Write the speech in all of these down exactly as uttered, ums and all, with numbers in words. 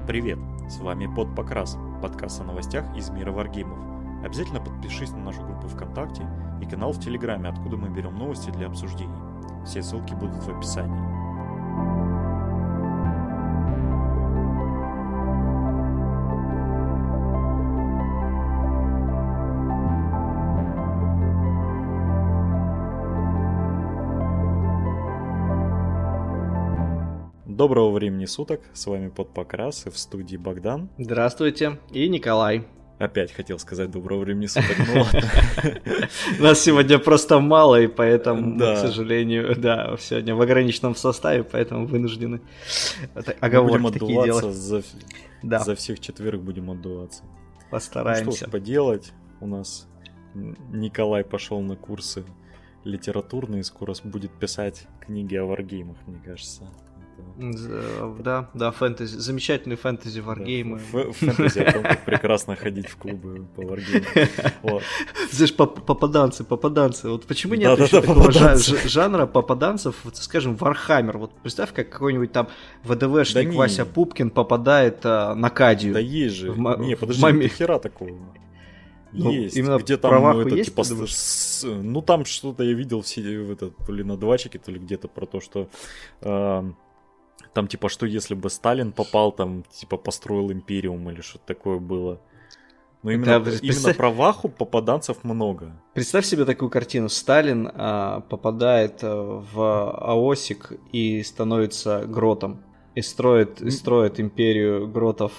Привет, с вами Под Покрас, подкаст о новостях из мира варгеймов. Обязательно подпишись на нашу группу ВКонтакте и канал в Телеграме, откуда мы берем новости для обсуждений. Все ссылки будут в описании. Доброго времени суток, с вами Под Покрас и в студии Богдан. Здравствуйте, и Николай. Опять хотел сказать доброго времени суток, ну ладно. Нас сегодня просто мало, и поэтому, к сожалению, да, сегодня в ограниченном составе, поэтому вынуждены оговорки такие делать. Будем отдуваться за всех четверых, будем отдуваться. Постараемся. Что ж поделать, у нас Николай пошел на курсы литературные, скоро будет писать книги о варгеймах, мне кажется. Да, да, фэнтези, замечательные фэнтези варгеймы. Да, фэнтези о том, как прекрасно ходить в клубы по варгеймам. Вот. Знаешь, попаданцы, попаданцы. Вот почему нет да, еще да, такого да, жанра попаданцев, вот, скажем, Вархаммер. Вот представь, как какой-нибудь там ВДВшник да Вася не... Пупкин попадает а, на Кадию. Да есть же. В... Не, подожди, маме... ни хера такого. Ну, есть. Именно где там правах это, есть, типа, с... ну там что-то я видел все в этот, то ли на двачике, то ли где-то про то, что э, там типа, что если бы Сталин попал, там типа построил империум или что-то такое было. Но именно, да, именно про Ваху попаданцев много. Представь себе такую картину. Сталин а, попадает в Аосик и становится Гротом. И строит, и строит империю гротов.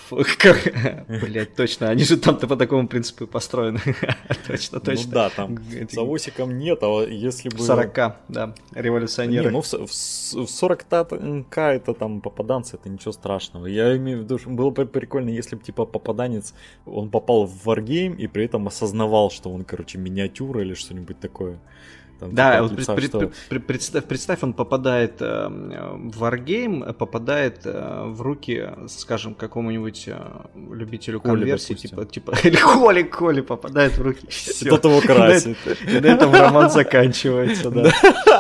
Блять, точно, они же там-то по такому принципу построены. Точно, точно. Ну да, там с Аосиком нет, а если бы... В сорока, да, революционеры. Не, ну в сорок ка это там попаданцы, это ничего страшного. Я имею в виду, что было бы прикольно, если бы типа попаданец, он попал в варгейм и при этом осознавал, что он, короче, миниатюра или что-нибудь такое. Там, да, вот лица, пред, что... пред, представь, представь, он попадает э, в Wargame, попадает э, в руки, скажем, какому-нибудь э, любителю Коли, конверсии, типа, типа, или Коли, Коли попадает в руки. Тот его красит. И на этом роман заканчивается, да.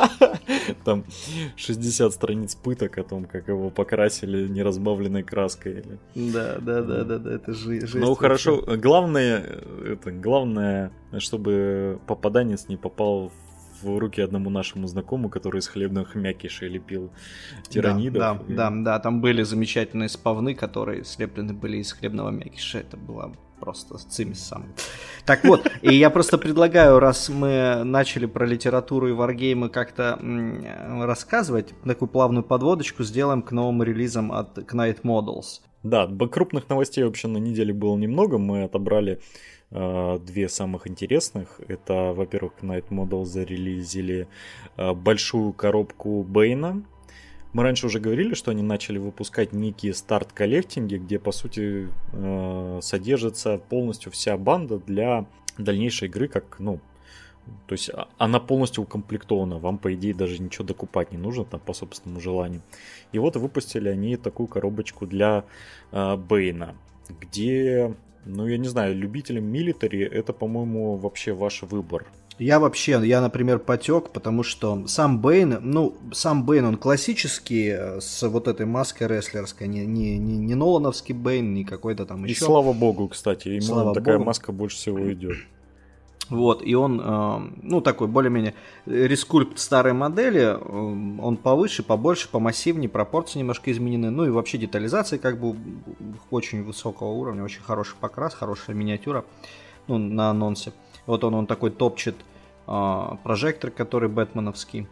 Там шестьдесят страниц пыток о том, как его покрасили неразбавленной краской. Да, да, да, да, да, это жесть. Ну хорошо, главное, это главное, чтобы попаданец не попал в руки одному нашему знакомому, который из хлебных мякишей лепил тиранидов. Да, да, и... да, да, там были замечательные спавны, которые слеплены были из хлебного мякиша. Это было просто цимис сам. Так вот, и я просто предлагаю, раз мы начали про литературу и варгеймы как-то м- рассказывать, такую плавную подводочку сделаем к новым релизам от Knight Models. Да, крупных новостей вообще на неделе было немного. Мы отобрали две самых интересных. Это, во-первых, Knight Models зарелизили большую коробку Бэйна. Мы раньше уже говорили, что они начали выпускать некие старт-коллектинги, где, по сути, содержится полностью вся банда для дальнейшей игры, как, ну, то есть она полностью укомплектована, вам, по идее, даже ничего докупать не нужно, там, по собственному желанию. И вот выпустили они такую коробочку для Бэйна, где... Ну, я не знаю, любителям милитари это, по-моему, вообще ваш выбор. Я вообще, я, например, потек, потому что сам Бэйн, ну, сам Бэйн, он классический, с вот этой маской рестлерской, не, не, не, не Нолановский Бэйн, не какой-то там еще. И слава богу, кстати, ему слава такая богу. маска больше всего идет. Вот, и он, ну, такой более-менее рескульпт старой модели, он повыше, побольше, помассивнее, пропорции немножко изменены, ну и вообще детализация как бы очень высокого уровня, очень хороший покрас, хорошая миниатюра, ну, на анонсе. Вот он, он такой топчет а, прожектор, который бэтменовский,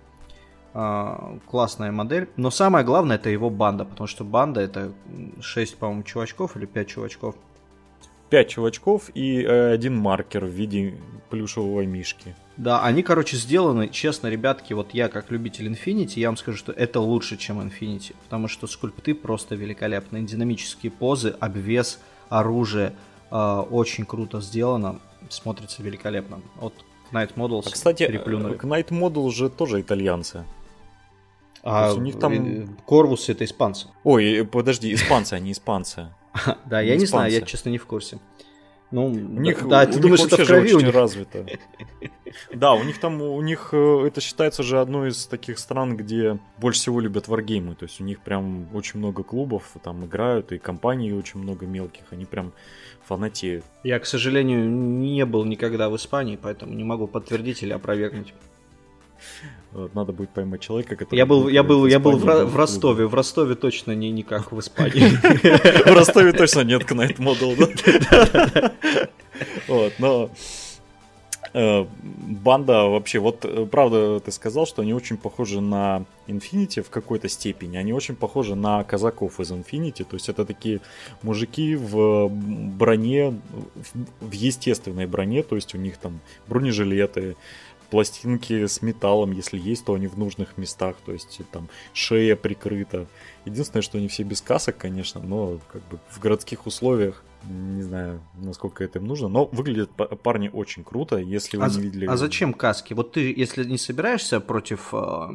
а, классная модель, но самое главное это его банда, потому что банда это шесть, по-моему, чувачков или пять чувачков. Пять чувачков и э, один маркер в виде плюшевого мишки. Да, они, короче, сделаны, честно, ребятки, вот я как любитель Infinity, я вам скажу, что это лучше, чем Infinity, потому что скульпты просто великолепные, динамические позы, обвес, оружие, э, очень круто сделано, смотрится великолепно. Вот Knight Models а, кстати, переплюнули. Knight Models же тоже итальянцы. А у них там... Корвус это испанцы. Ой, подожди, испанцы, они испанцы. Да, я не знаю, я, честно, не в курсе. Ну, у них, да, у ты них думаешь, вообще это в крови же у очень них? развито. Да, у них там, у них э, это считается же одной из таких стран, где больше всего любят варгеймы. То есть у них прям очень много клубов там играют, и компаний очень много мелких. Они прям фанатеют. Я, к сожалению, не был никогда в Испании, поэтому не могу подтвердить или опровергнуть. Вот, надо будет поймать человека, который... Я был, я был, я был в, Испании, в Ростове. В Ростове точно не, не как в Испании. В Ростове точно нет Knight Model, да? Вот, но... Банда вообще, вот правда ты сказал, что они очень похожи на Infinity в какой-то степени, они очень похожи на казаков из Infinity, то есть это такие мужики в броне, в естественной броне, то есть у них там бронежилеты, пластинки с металлом, если есть, то они в нужных местах, то есть там шея прикрыта. Единственное, что они все без касок, конечно, но как бы в городских условиях не знаю, насколько это им нужно, но выглядят парни очень круто, если вы а, не видели... А зачем каски? Вот ты, если не собираешься против э,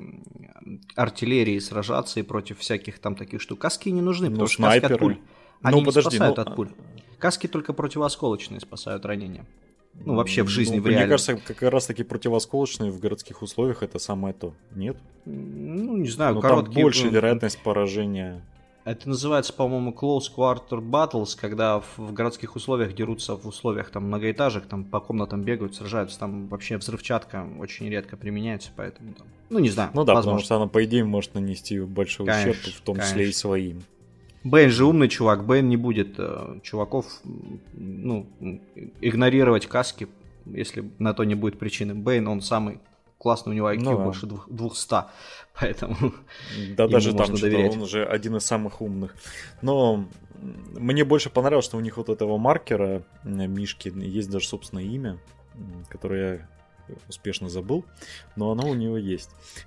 артиллерии сражаться и против всяких там таких штук, каски не нужны, ну, потому что снайперы. каски от пуль. Они ну, не подожди, спасают ну... от пуль. Каски только противоосколочные спасают ранения. Ну, вообще в жизни, ну, в реальной. Мне кажется, как раз таки противоосколочные в городских условиях это самое то. Нет? Ну, не знаю, но короткие... там больше вероятность поражения. Это называется, по-моему, Close Quarter Battles, когда в, в городских условиях дерутся в условиях там многоэтажек, там по комнатам бегают, сражаются, там вообще взрывчатка очень редко применяется, поэтому там, ну не знаю. Ну да, возможно. потому что она, по идее, может нанести большой конечно, ущерб, в том конечно. числе и своим. Бэйн же умный чувак, Бэйн не будет э, чуваков, ну, игнорировать каски, если на то не будет причины. Бэйн, он самый классный, у него ай кью ну, больше двухсот, поэтому да даже там что доверять. Он уже один из самых умных. Но мне больше понравилось, что у них вот этого маркера Мишки есть даже собственное имя, которое я успешно забыл, но оно у него есть.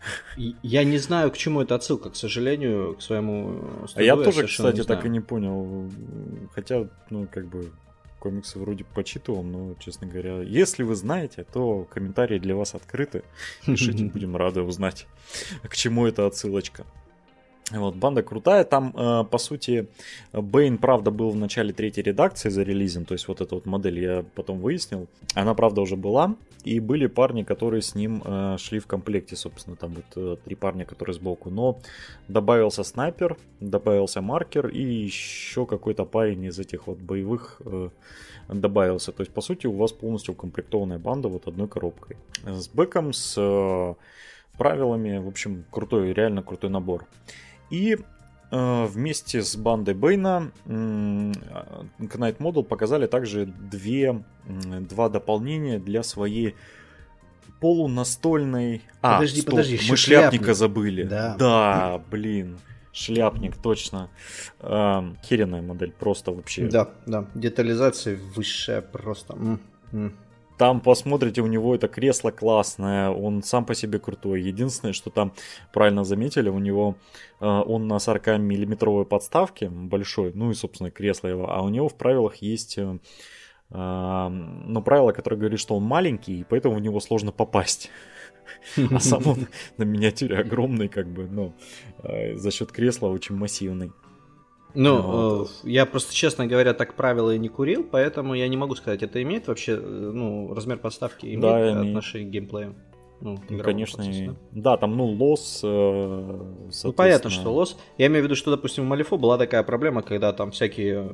Я не знаю, к чему это отсылка, к сожалению, к своему студу. А я, я тоже, кстати, так и не понял. Хотя, ну, как бы комиксы вроде почитывал, но, честно говоря, если вы знаете, то комментарии для вас открыты. Пишите, будем рады узнать, к чему эта отсылочка. Вот, банда крутая. Там, э, по сути, Бэйн, правда, был в начале третьей редакции зарелизен. То есть вот эта вот модель я потом выяснил. Она, правда, уже была. И были парни, которые с ним э, шли в комплекте, собственно. Там вот э, три парня, которые сбоку. Но добавился снайпер, добавился маркер. И еще какой-то парень из этих вот боевых э, добавился. То есть, по сути, у вас полностью укомплектованная банда вот одной коробкой. С бэком, с э, правилами. В общем, крутой, реально крутой набор. И э, вместе с бандой Бэйна э, Knight Model показали также две, э, два дополнения для своей полунастольной... А, подожди, стоп, подожди, мы шляпник. шляпника забыли. Да, да блин. Шляпник, точно. Э, херенная модель, просто вообще. Да, да. Детализация высшая просто. М-м. Там посмотрите, у него это кресло классное, он сам по себе крутой. Единственное, что там, правильно заметили, у него э, он на сорокамиллиметровой подставке большой, ну и, собственно, кресло его, а у него в правилах есть э, э, ну, правило, которое говорит, что он маленький, и поэтому в него сложно попасть. А сам он на миниатюре огромный, как бы, но за счет кресла очень массивный. Ну, вот. э, я просто, честно говоря, так правила и не курил, поэтому я не могу сказать, это имеет вообще, ну, размер подставки имеет да, отношение к геймплею? Ну, ну конечно, и... да, там, ну, лос, э, ну, понятно, что лос. Я имею в виду, что, допустим, в Малифо была такая проблема, когда там всякие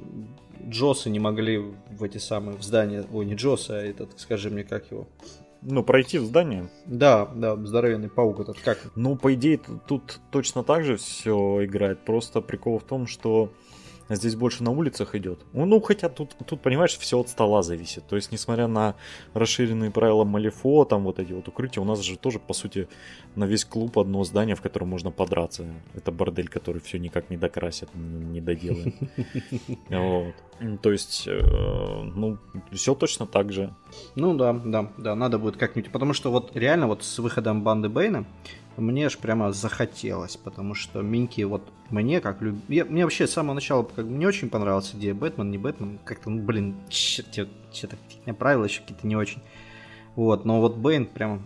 джосы не могли в эти самые, в здания, ой, не джосы, а этот, скажи мне, как его... Ну, пройти в здание? Да, да, здоровенный паук этот, как? Ну, по идее, тут точно так же все играет. Просто прикол в том, что здесь больше на улицах идет. Ну, хотя тут, тут, понимаешь, все от стола зависит. То есть, несмотря на расширенные правила Малифо, там вот эти вот укрытия, у нас же тоже, по сути, на весь клуб одно здание, в котором можно подраться. Это бордель, который все никак не докрасит, не доделает. Вот. То есть, ну, все точно так же. Ну да, да, да, надо будет как-нибудь. Потому что вот реально вот с выходом банды Бэйна мне аж прямо захотелось, потому что Минки вот мне как люб... Я, мне вообще с самого начала как бы не очень понравилась идея Бэтмен, не Бэтмен, как-то, ну блин, что-то фигня правила еще какие-то не очень. Вот, но вот Бэйн прям...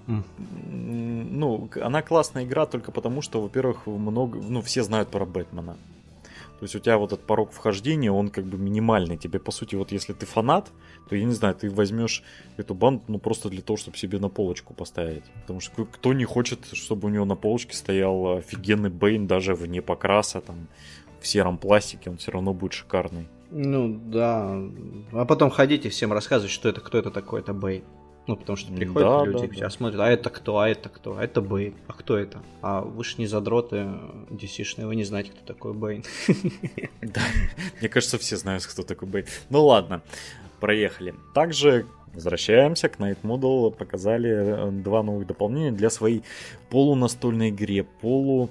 Ну, она классная игра только потому, что, во-первых, много, ну, все знают про Бэтмена. То есть у тебя вот этот порог вхождения, он как бы минимальный. Тебе, по сути, вот если ты фанат, то, я не знаю, ты возьмешь эту банду, ну, просто для того, чтобы себе на полочку поставить. Потому что кто не хочет, чтобы у него на полочке стоял офигенный Бэйн, даже вне покраса, там, в сером пластике, он все равно будет шикарный. Ну, да. А потом ходите всем рассказывать, что это, кто это такой, это Бэйн. Ну, потому что приходят да, люди, да, все да. смотрят, а это кто, а это кто, а это Бэйн, а кто это? А вы ж не задроты ди си-шные, вы не знаете, кто такой Бэйн. Да, мне кажется, все знают, кто такой Бэйн. Ну ладно, проехали. Также возвращаемся к Night Model. Показали два новых дополнения для своей полунастольной игре, полу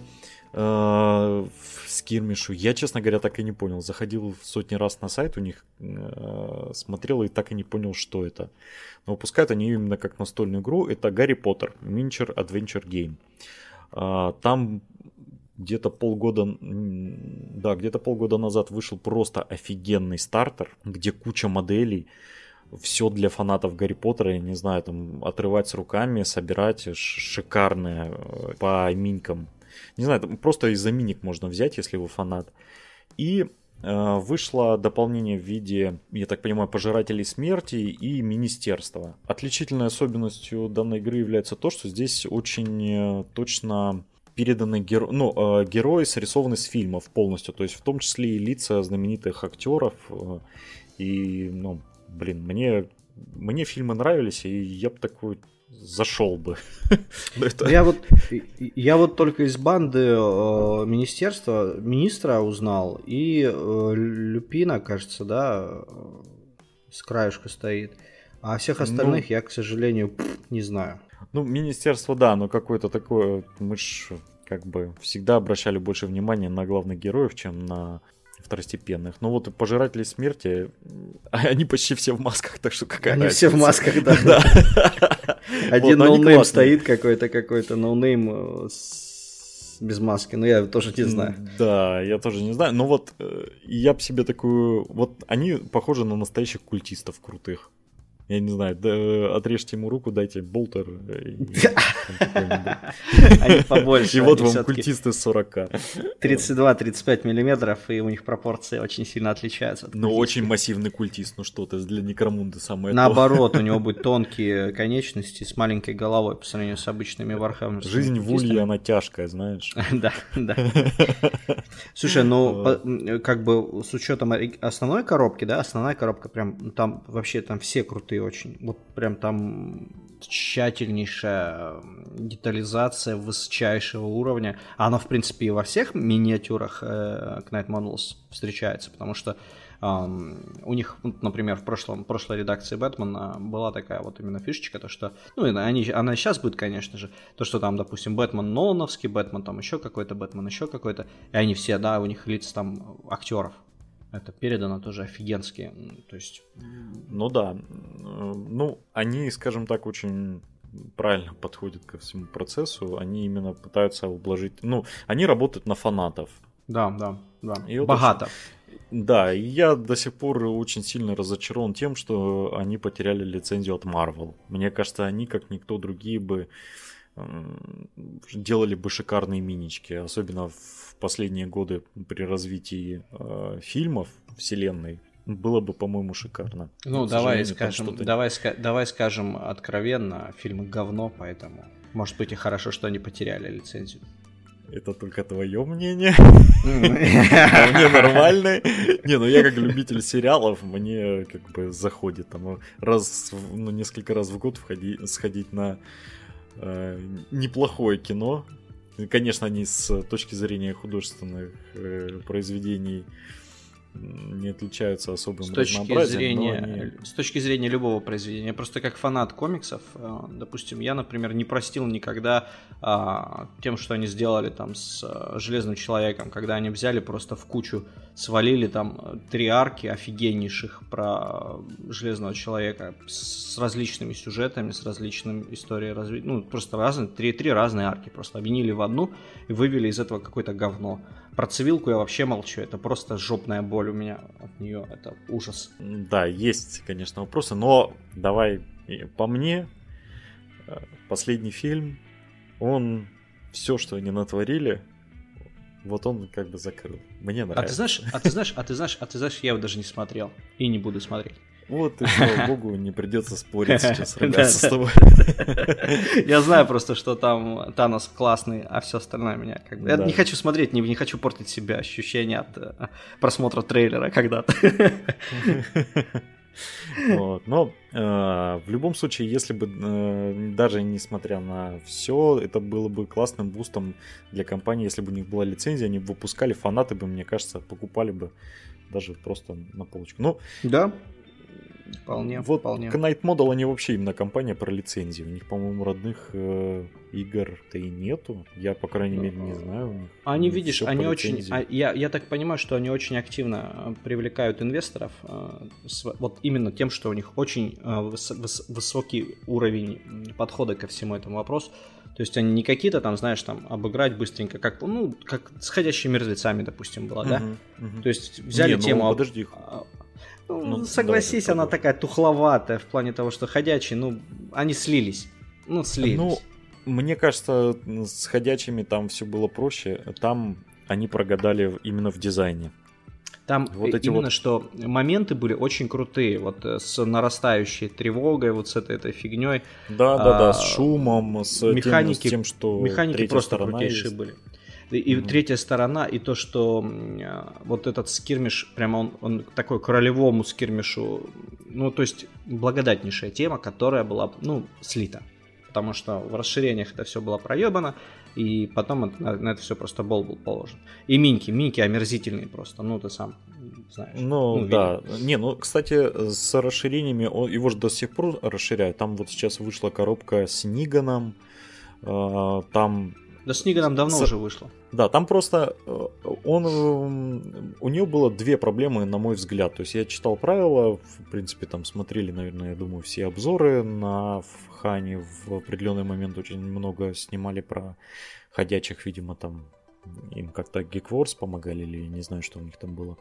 э, скирмишу. Я, честно говоря, так и не понял. Заходил сотни раз на сайт у них, э, смотрел и так и не понял, что это. Но выпускают они именно как настольную игру. Это Гарри Поттер Miniature Adventure Game. Э, там где-то полгода, да, где-то полгода назад вышел просто офигенный стартер, где куча моделей. Все для фанатов Гарри Поттера, я не знаю, там отрывать с руками, собирать шикарные по минькам. Не знаю, просто из-за миник можно взять, если вы фанат. И э, вышло дополнение в виде, я так понимаю, Пожирателей Смерти и Министерства. Отличительной особенностью данной игры является то, что здесь очень точно переданы геро... ну, э, герои, срисованы с фильмов полностью. То есть в том числе и лица знаменитых актеров. Э, и, ну, блин, мне, мне фильмы нравились, и я бы такой... зашел бы. Я вот, я вот только из банды э, министерства, министра узнал, и э, Люпина, кажется, да, с краешка стоит. А всех остальных ну, я, к сожалению, не знаю. Ну, министерство, да, но какое-то такое... Мы ж как бы всегда обращали больше внимания на главных героев, чем на второстепенных. Ну вот Пожиратели Смерти, они почти все в масках, так что какая Они разница? все в масках, да. Один ноунейм стоит какой-то, какой-то ноунейм без маски, но я тоже не знаю. Да, я тоже не знаю, но вот я бы себе такую... Вот они похожи на настоящих культистов крутых. Я не знаю, да, отрежьте ему руку, дайте болтер. Они побольше. И вот вам культисты сорок. тридцать два тридцать пять миллиметров, и у них пропорции очень сильно отличаются. Ну, очень массивный культист, ну что ты, для Некромунды самое то. Наоборот, у него будут тонкие конечности с маленькой головой по сравнению с обычными вархаммерскими. Жизнь в улье, она тяжкая, знаешь. Да, да. Слушай, ну, как бы с учетом основной коробки, да, основная коробка прям, там вообще там все крутые очень. Вот прям там тщательнейшая детализация высочайшего уровня. Она, в принципе, и во всех миниатюрах э, Knight Models встречается, потому что э, у них, например, в прошлом, прошлой редакции Бэтмена была такая вот именно фишечка, то что, ну, и они, она сейчас будет, конечно же, то, что там, допустим, Бэтмен Нолановский, Бэтмен там еще какой-то, Бэтмен еще какой-то, и они все, да, у них лица там актеров. Это передано тоже офигенски, то есть... Ну да, ну они, скажем так, очень правильно подходят ко всему процессу, они именно пытаются ублажить, ну, они работают на фанатов. Да, да, да, и вот богато. Очень... Да, и я до сих пор очень сильно разочарован тем, что они потеряли лицензию от Marvel. Мне кажется, они, как никто другие, бы делали бы шикарные минички, особенно в последние годы при развитии э, фильмов вселенной. Было бы, по-моему, шикарно. Ну, Но, давай скажем, давай, давай скажем откровенно, фильмы говно, поэтому, может быть, и хорошо, что они потеряли лицензию. Это только твое мнение. А мне нормально. Не, ну я как любитель сериалов, мне как бы заходит там раз, ну несколько раз в год сходить на неплохое кино. Конечно, они с точки зрения художественных э, произведений не отличаются особым с точки разнообразием. Зрения, они... С точки зрения любого произведения. Просто как фанат комиксов, допустим, я, например, не простил никогда а, тем, что они сделали там с а, Железным Человеком, когда они взяли просто в кучу, свалили там три арки офигеннейших про Железного Человека с, с различными сюжетами, с различной историей развития. Ну, просто разные, три, три разные арки просто объединили в одну и вывели из этого какое-то говно. Про Цивилку я вообще молчу, это просто жопная боль у меня от нее, это ужас. Да, есть, конечно, вопросы, но давай по мне, последний фильм, он все, что они натворили, вот он как бы закрыл. Мне А ты нравится. знаешь, а ты знаешь, а ты знаешь, а ты знаешь, я его даже не смотрел и не буду смотреть. Вот, и слава богу, не придется спорить сейчас, ругаться с тобой. Я знаю просто, что там Танос классный, а все остальное меня как бы... Я не хочу смотреть, не хочу портить себе ощущение от просмотра трейлера когда-то. Вот. Но э, в любом случае, если бы э, даже несмотря на все, это было бы классным бустом для компании, если бы у них была лицензия, они бы выпускали, фанаты бы, мне кажется, покупали бы даже просто на полочку. Ну, да, вполне, вот вполне. Knight Model, они вообще именно компания про лицензии. У них, по-моему, родных э, игр-то и нету. Я, по крайней мере, не знаю. У них, они, у них видишь, они очень... А, я, я так понимаю, что они очень активно привлекают инвесторов. Э, с, вот именно тем, что у них очень э, выс, выс, высокий уровень подхода ко всему этому вопросу. То есть они не какие-то там, знаешь, там обыграть быстренько, как, ну, как с «Ходячими мертвецами», допустим, было, да? Uh-huh, uh-huh. То есть взяли не, тему... Ну, подожди. Ну, ну, согласись, да, она такой. Такая тухловатая в плане того, что «Ходячие», ну, они слились. Ну, слились. Ну, мне кажется, с «Ходячими» там все было проще. Там они прогадали именно в дизайне. Там вот эти именно вот... что моменты были очень крутые, вот с нарастающей тревогой, вот с этой, этой фигней. Да, да, да, с шумом, с механики, тем, с тем, что механики просто крутейшие есть. были. И mm-hmm. третья сторона, и то, что вот этот скирмиш, прямо он, он такой королевому скирмишу, ну, то есть благодатнейшая тема, которая была, ну, слита. Потому что в расширениях это все было проебано, и потом это, на, на это все просто бол был положен. И миньки, миньки омерзительные просто, ну, ты сам знаешь. Ну, ну да. Видел. Не, ну, кстати, с расширениями, он, его же до сих пор расширяют. Там вот сейчас вышла коробка с Ниганом, э, там... Да с Ниганом давно с... уже вышло. Да, там просто он, у нее было две проблемы, на мой взгляд. То есть я читал правила, в принципе, там смотрели, наверное, я думаю, все обзоры на Хане. В определенный момент очень много снимали про ходячих, видимо, там им как-то Geekworks помогали, или не знаю, что у них там было.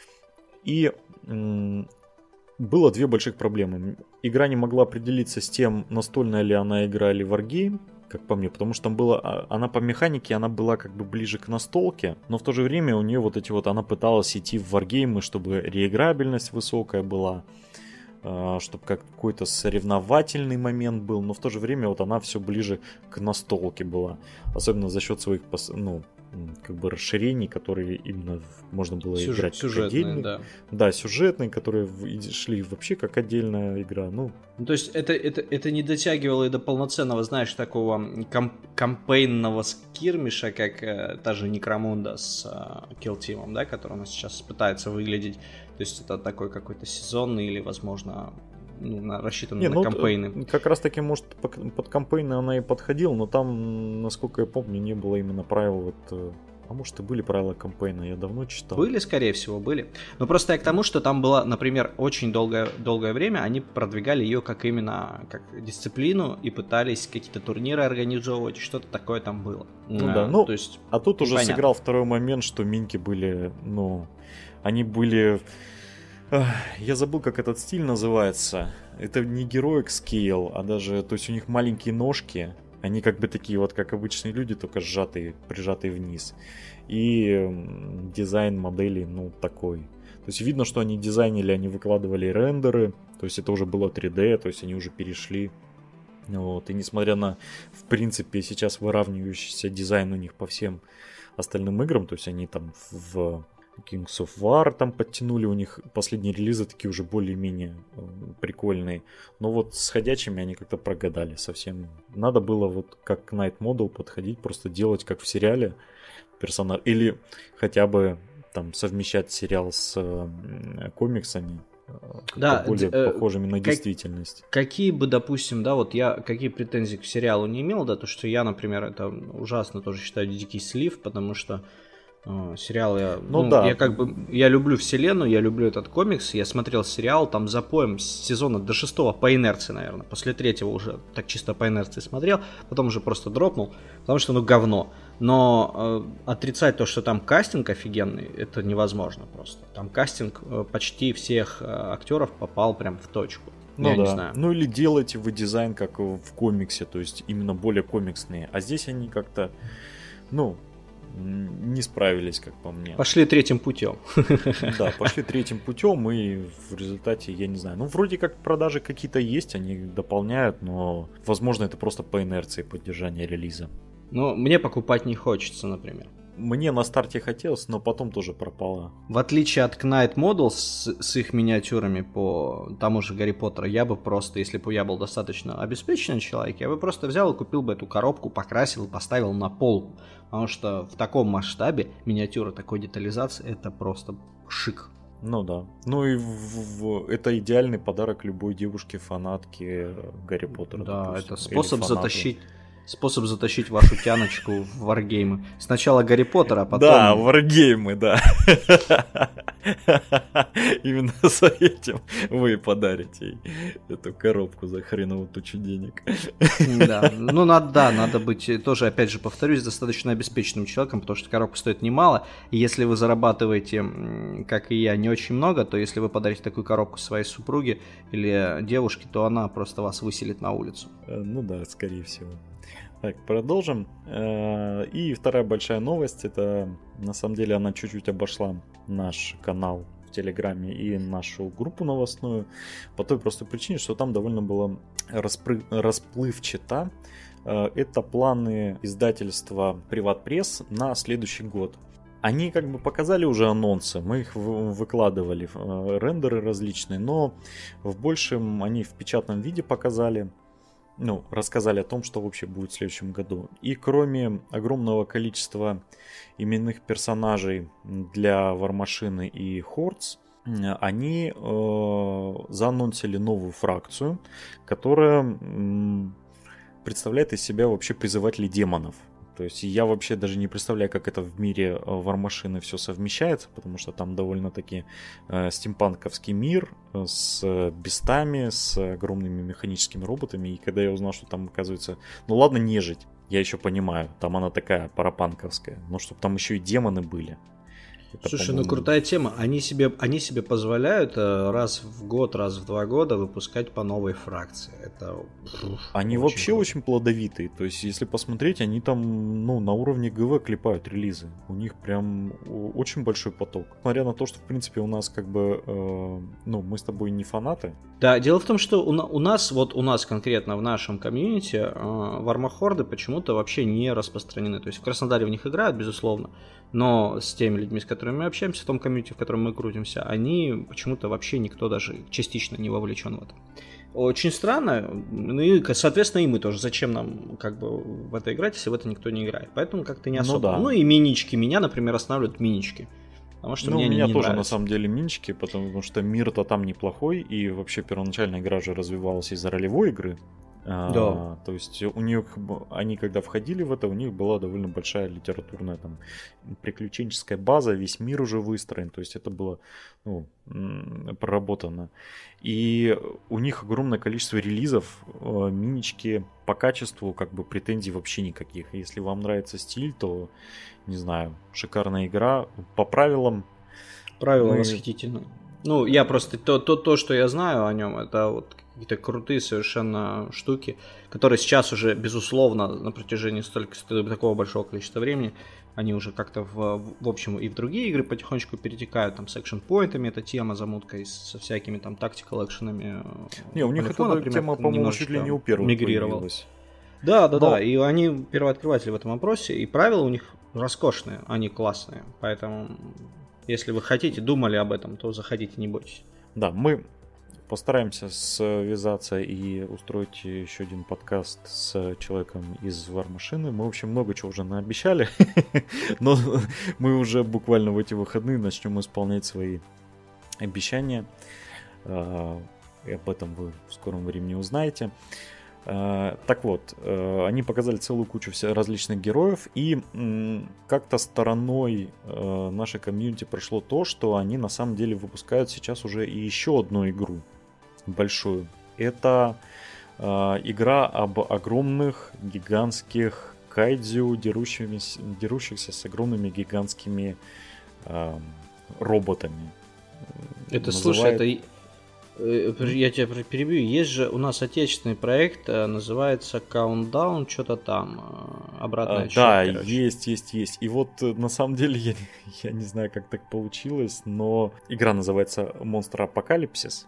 И м- было две больших проблемы. Игра не могла определиться с тем, настольная ли она игра или варгейм, как по мне, потому что там было, она по механике, она была как бы ближе к настолке, но в то же время у нее вот эти вот, она пыталась идти в варгеймы, чтобы реиграбельность высокая была, чтобы какой-то соревновательный момент был, но в то же время вот она все ближе к настолке была, особенно за счет своих, ну, как бы расширений, которые именно можно было Сюжет, играть сюжетные, как отдельные. Да. Да, сюжетные, которые шли вообще как отдельная игра. Ну, ну то есть это, это, это не дотягивало и до полноценного, знаешь, такого кам- кампейнного скирмиша, как э, та же Некромунда с э, Kill Team, да, который у нас сейчас пытается выглядеть. То есть это такой какой-то сезонный или, возможно, ну, рассчитан не, на ну, кампейны. Как раз таки, может, под кампейны она и подходила, но там, насколько я помню, не было именно правил вот... А может и были правила кампейна, я давно читал. Были, скорее всего, были. Но просто я к тому, что там было, например, очень долгое, долгое время они продвигали ее как именно как дисциплину и пытались какие-то турниры организовывать, что-то такое там было. Ну а, да, ну, то есть, а тут уже понятно. Сыграл второй момент, что минки были, ну, они были... Я забыл, как этот стиль называется. Это не Heroic Scale, а даже, то есть у них маленькие ножки. Они как бы такие вот, как обычные люди, только сжатые, прижатые вниз. И дизайн моделей, ну, такой. То есть видно, что они дизайнили, они выкладывали рендеры. То есть это уже было три дэ, то есть они уже перешли. Вот. И несмотря на, в принципе, сейчас выравнивающийся дизайн у них по всем остальным играм, то есть они там в... Kings of War там подтянули, у них последние релизы такие уже более-менее э, прикольные. Но вот с ходячими они как-то прогадали совсем. Надо было вот как к Knight Model подходить, просто делать как в сериале персонаж. Или хотя бы там совмещать сериал с э, комиксами, э, да, более э, похожими на как, действительность. Какие бы, допустим, да, вот я какие претензии к сериалу не имел, да, то что я, например, это ужасно тоже считаю дикий слив, потому что сериал я, ну, ну, да. я как бы, я люблю вселенную, я люблю этот комикс, я смотрел сериал там запоем с сезона до шестого по инерции, наверное, после третьего уже так чисто по инерции смотрел, потом уже просто дропнул, потому что ну говно, но э, отрицать то, что там кастинг офигенный, это невозможно просто, там кастинг э, почти всех э, актеров попал прям в точку. Ну я да. не знаю. Ну или делайте вы дизайн как в комиксе, то есть именно более комиксные, а здесь они как-то, ну не справились, как по мне. Пошли третьим путем. Да, пошли третьим путем, и в результате, я не знаю, ну, вроде как продажи какие-то есть, они дополняют, но, возможно, это просто по инерции поддержания релиза. Ну, мне покупать не хочется, например. Мне на старте хотелось, но потом тоже пропало. В отличие от Knight Models с, с их миниатюрами по тому же Гарри Поттеру, я бы просто, если бы я был достаточно обеспеченный человек, я бы просто взял и купил бы эту коробку, покрасил и поставил на полку. Потому что в таком масштабе миниатюра такой детализации — это просто шик. Ну да. Ну и в, в, это идеальный подарок любой девушке-фанатке Гарри Поттера. Да, допустим, это способ затащить... Способ затащить вашу тяночку в варгеймы. Сначала Гарри Поттер, а потом... Да, варгеймы, да. Именно за этим вы подарите ей эту коробку за хреновую тучу денег. Да, ну надо, да, надо быть тоже, опять же, повторюсь, достаточно обеспеченным человеком, потому что коробка стоит немало. И если вы зарабатываете, как и я, не очень много, то если вы подарите такую коробку своей супруге или девушке, то она просто вас выселит на улицу. Ну да, скорее всего. Так, продолжим. И вторая большая новость, это на самом деле она чуть-чуть обошла наш канал в Телеграме и нашу группу новостную по той простой причине, что там довольно было распры... расплывчато. Это планы издательства Приват-Пресс на следующий год. Они как бы показали уже анонсы, мы их выкладывали, рендеры различные, но в большем они в печатном виде показали. Ну, рассказали о том, что вообще будет в следующем году. И кроме огромного количества именных персонажей для Вармашины и Хортс, они э, заанонсили новую фракцию, которая м, представляет из себя вообще призывателей демонов. То есть я вообще даже не представляю, как это в мире Вармашины все совмещается, потому что там довольно-таки э, стимпанковский мир с бестами, с огромными механическими роботами. И когда я узнал, что там оказывается, ну ладно, нежить, я еще понимаю, там она такая парапанковская, но чтобы там еще и демоны были. Это, Слушай, по-моему... ну крутая тема. Они себе, они себе позволяют раз в год, раз в два года выпускать по новой фракции. Это Они очень вообще круто. Очень плодовитые. То есть, если посмотреть, они там ну, на уровне ГВ клепают релизы. У них прям очень большой поток. Несмотря на то, что в принципе у нас как бы э, ну, мы с тобой не фанаты. Да, дело в том, что у, у нас, вот у нас конкретно в нашем комьюнити э, вармахорды почему-то вообще не распространены. То есть в Краснодаре в них играют, безусловно. Но с теми людьми, с которыми мы общаемся, в том комьюнити, в котором мы крутимся, они почему-то вообще никто даже частично не вовлечен в это. Очень странно, ну и, соответственно, и мы тоже. Зачем нам как бы в это играть, если в это никто не играет? Поэтому как-то не особо. Ну, да. Ну и минички. Меня, например, останавливают минички. Потому что ну, мне у меня не тоже нравятся. На самом деле минички, потому что мир-то там неплохой, и вообще первоначальная игра же развивалась из-за ролевой игры. Да. А, то есть у них, они когда входили в это, у них была довольно большая литературная там приключенческая база, весь мир уже выстроен, то есть это было ну, проработано. И у них огромное количество релизов, минички по качеству как бы претензий вообще никаких. Если вам нравится стиль, то не знаю, шикарная игра по правилам. Правила мы... восхитительные. Ну, я просто то, то, то, что я знаю о нем, это вот какие-то крутые совершенно штуки, которые сейчас уже, безусловно, на протяжении столько, такого большого количества времени, они уже как-то в, в общем и в другие игры потихонечку перетекают, там, с экшн-поинтами, эта тема замуткой, со всякими там тактикал-экшенами. Не, у них эта тема, по-моему, чуть ли не у первых появилась. Да, да, Но... да, и они первооткрыватели в этом вопросе, и правила у них роскошные, они классные, поэтому... Если вы хотите, думали об этом, то заходите, не бойтесь. Да, мы постараемся связаться и устроить еще один подкаст с человеком из Вармашины. Мы, в общем, много чего уже наобещали, но мы уже буквально в эти выходные начнем исполнять свои обещания. И об этом вы в скором времени узнаете. Так вот, они показали целую кучу различных героев, и как-то стороной нашей комьюнити прошло то, что они на самом деле выпускают сейчас уже и еще одну игру большую. Это игра об огромных, гигантских кайдзю, дерущихся, дерущихся с огромными гигантскими роботами. Это, Называет... слушай, это... Я тебя перебью. Есть же у нас отечественный проект, называется Countdown, что-то там. обратный отсчет. Да, короче. есть, есть, есть. И вот на самом деле я, я не знаю, как так получилось, но игра называется Monster Apocalypse.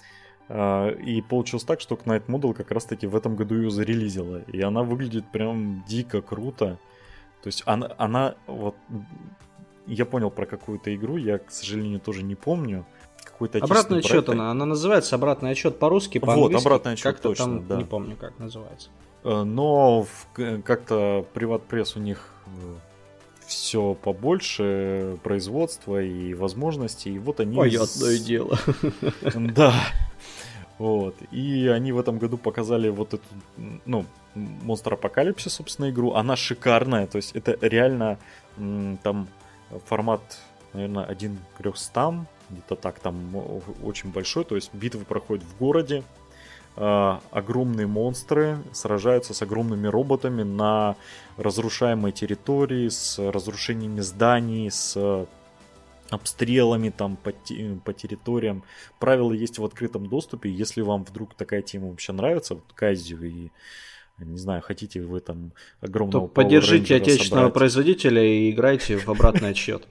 И получилось так, что Knight Model как раз-таки в этом году ее зарелизила. И она выглядит прям дико круто. То есть она, она вот... Я понял про какую-то игру, я, к сожалению, тоже не помню. Какой-то обратный отсчет, проект. она, она называется обратный отсчет по-русски, по-английски. Вот, обратный отсчет, как-то точно, там, да. Не помню, как называется. Но в, как-то приват-пресс у них все побольше производства и возможностей, и вот они... Понятное дело. Да. Вот. И они в этом году показали вот эту, ну, Monster Apocalypse, собственно, игру. Она шикарная, то есть это реально м, там формат, наверное, один к трёхстам, где-то так, там очень большой, то есть битвы проходят в городе. Uh, огромные монстры сражаются с огромными роботами на разрушаемой территории, с разрушениями зданий, с обстрелами там по, по территориям. Правила есть в открытом доступе. Если вам вдруг такая тема вообще нравится, вот Кайзю и, не знаю, хотите вы там огромного то поддержите Power Ranger'а отечественного собрать. производителя и играйте в обратный отсчет.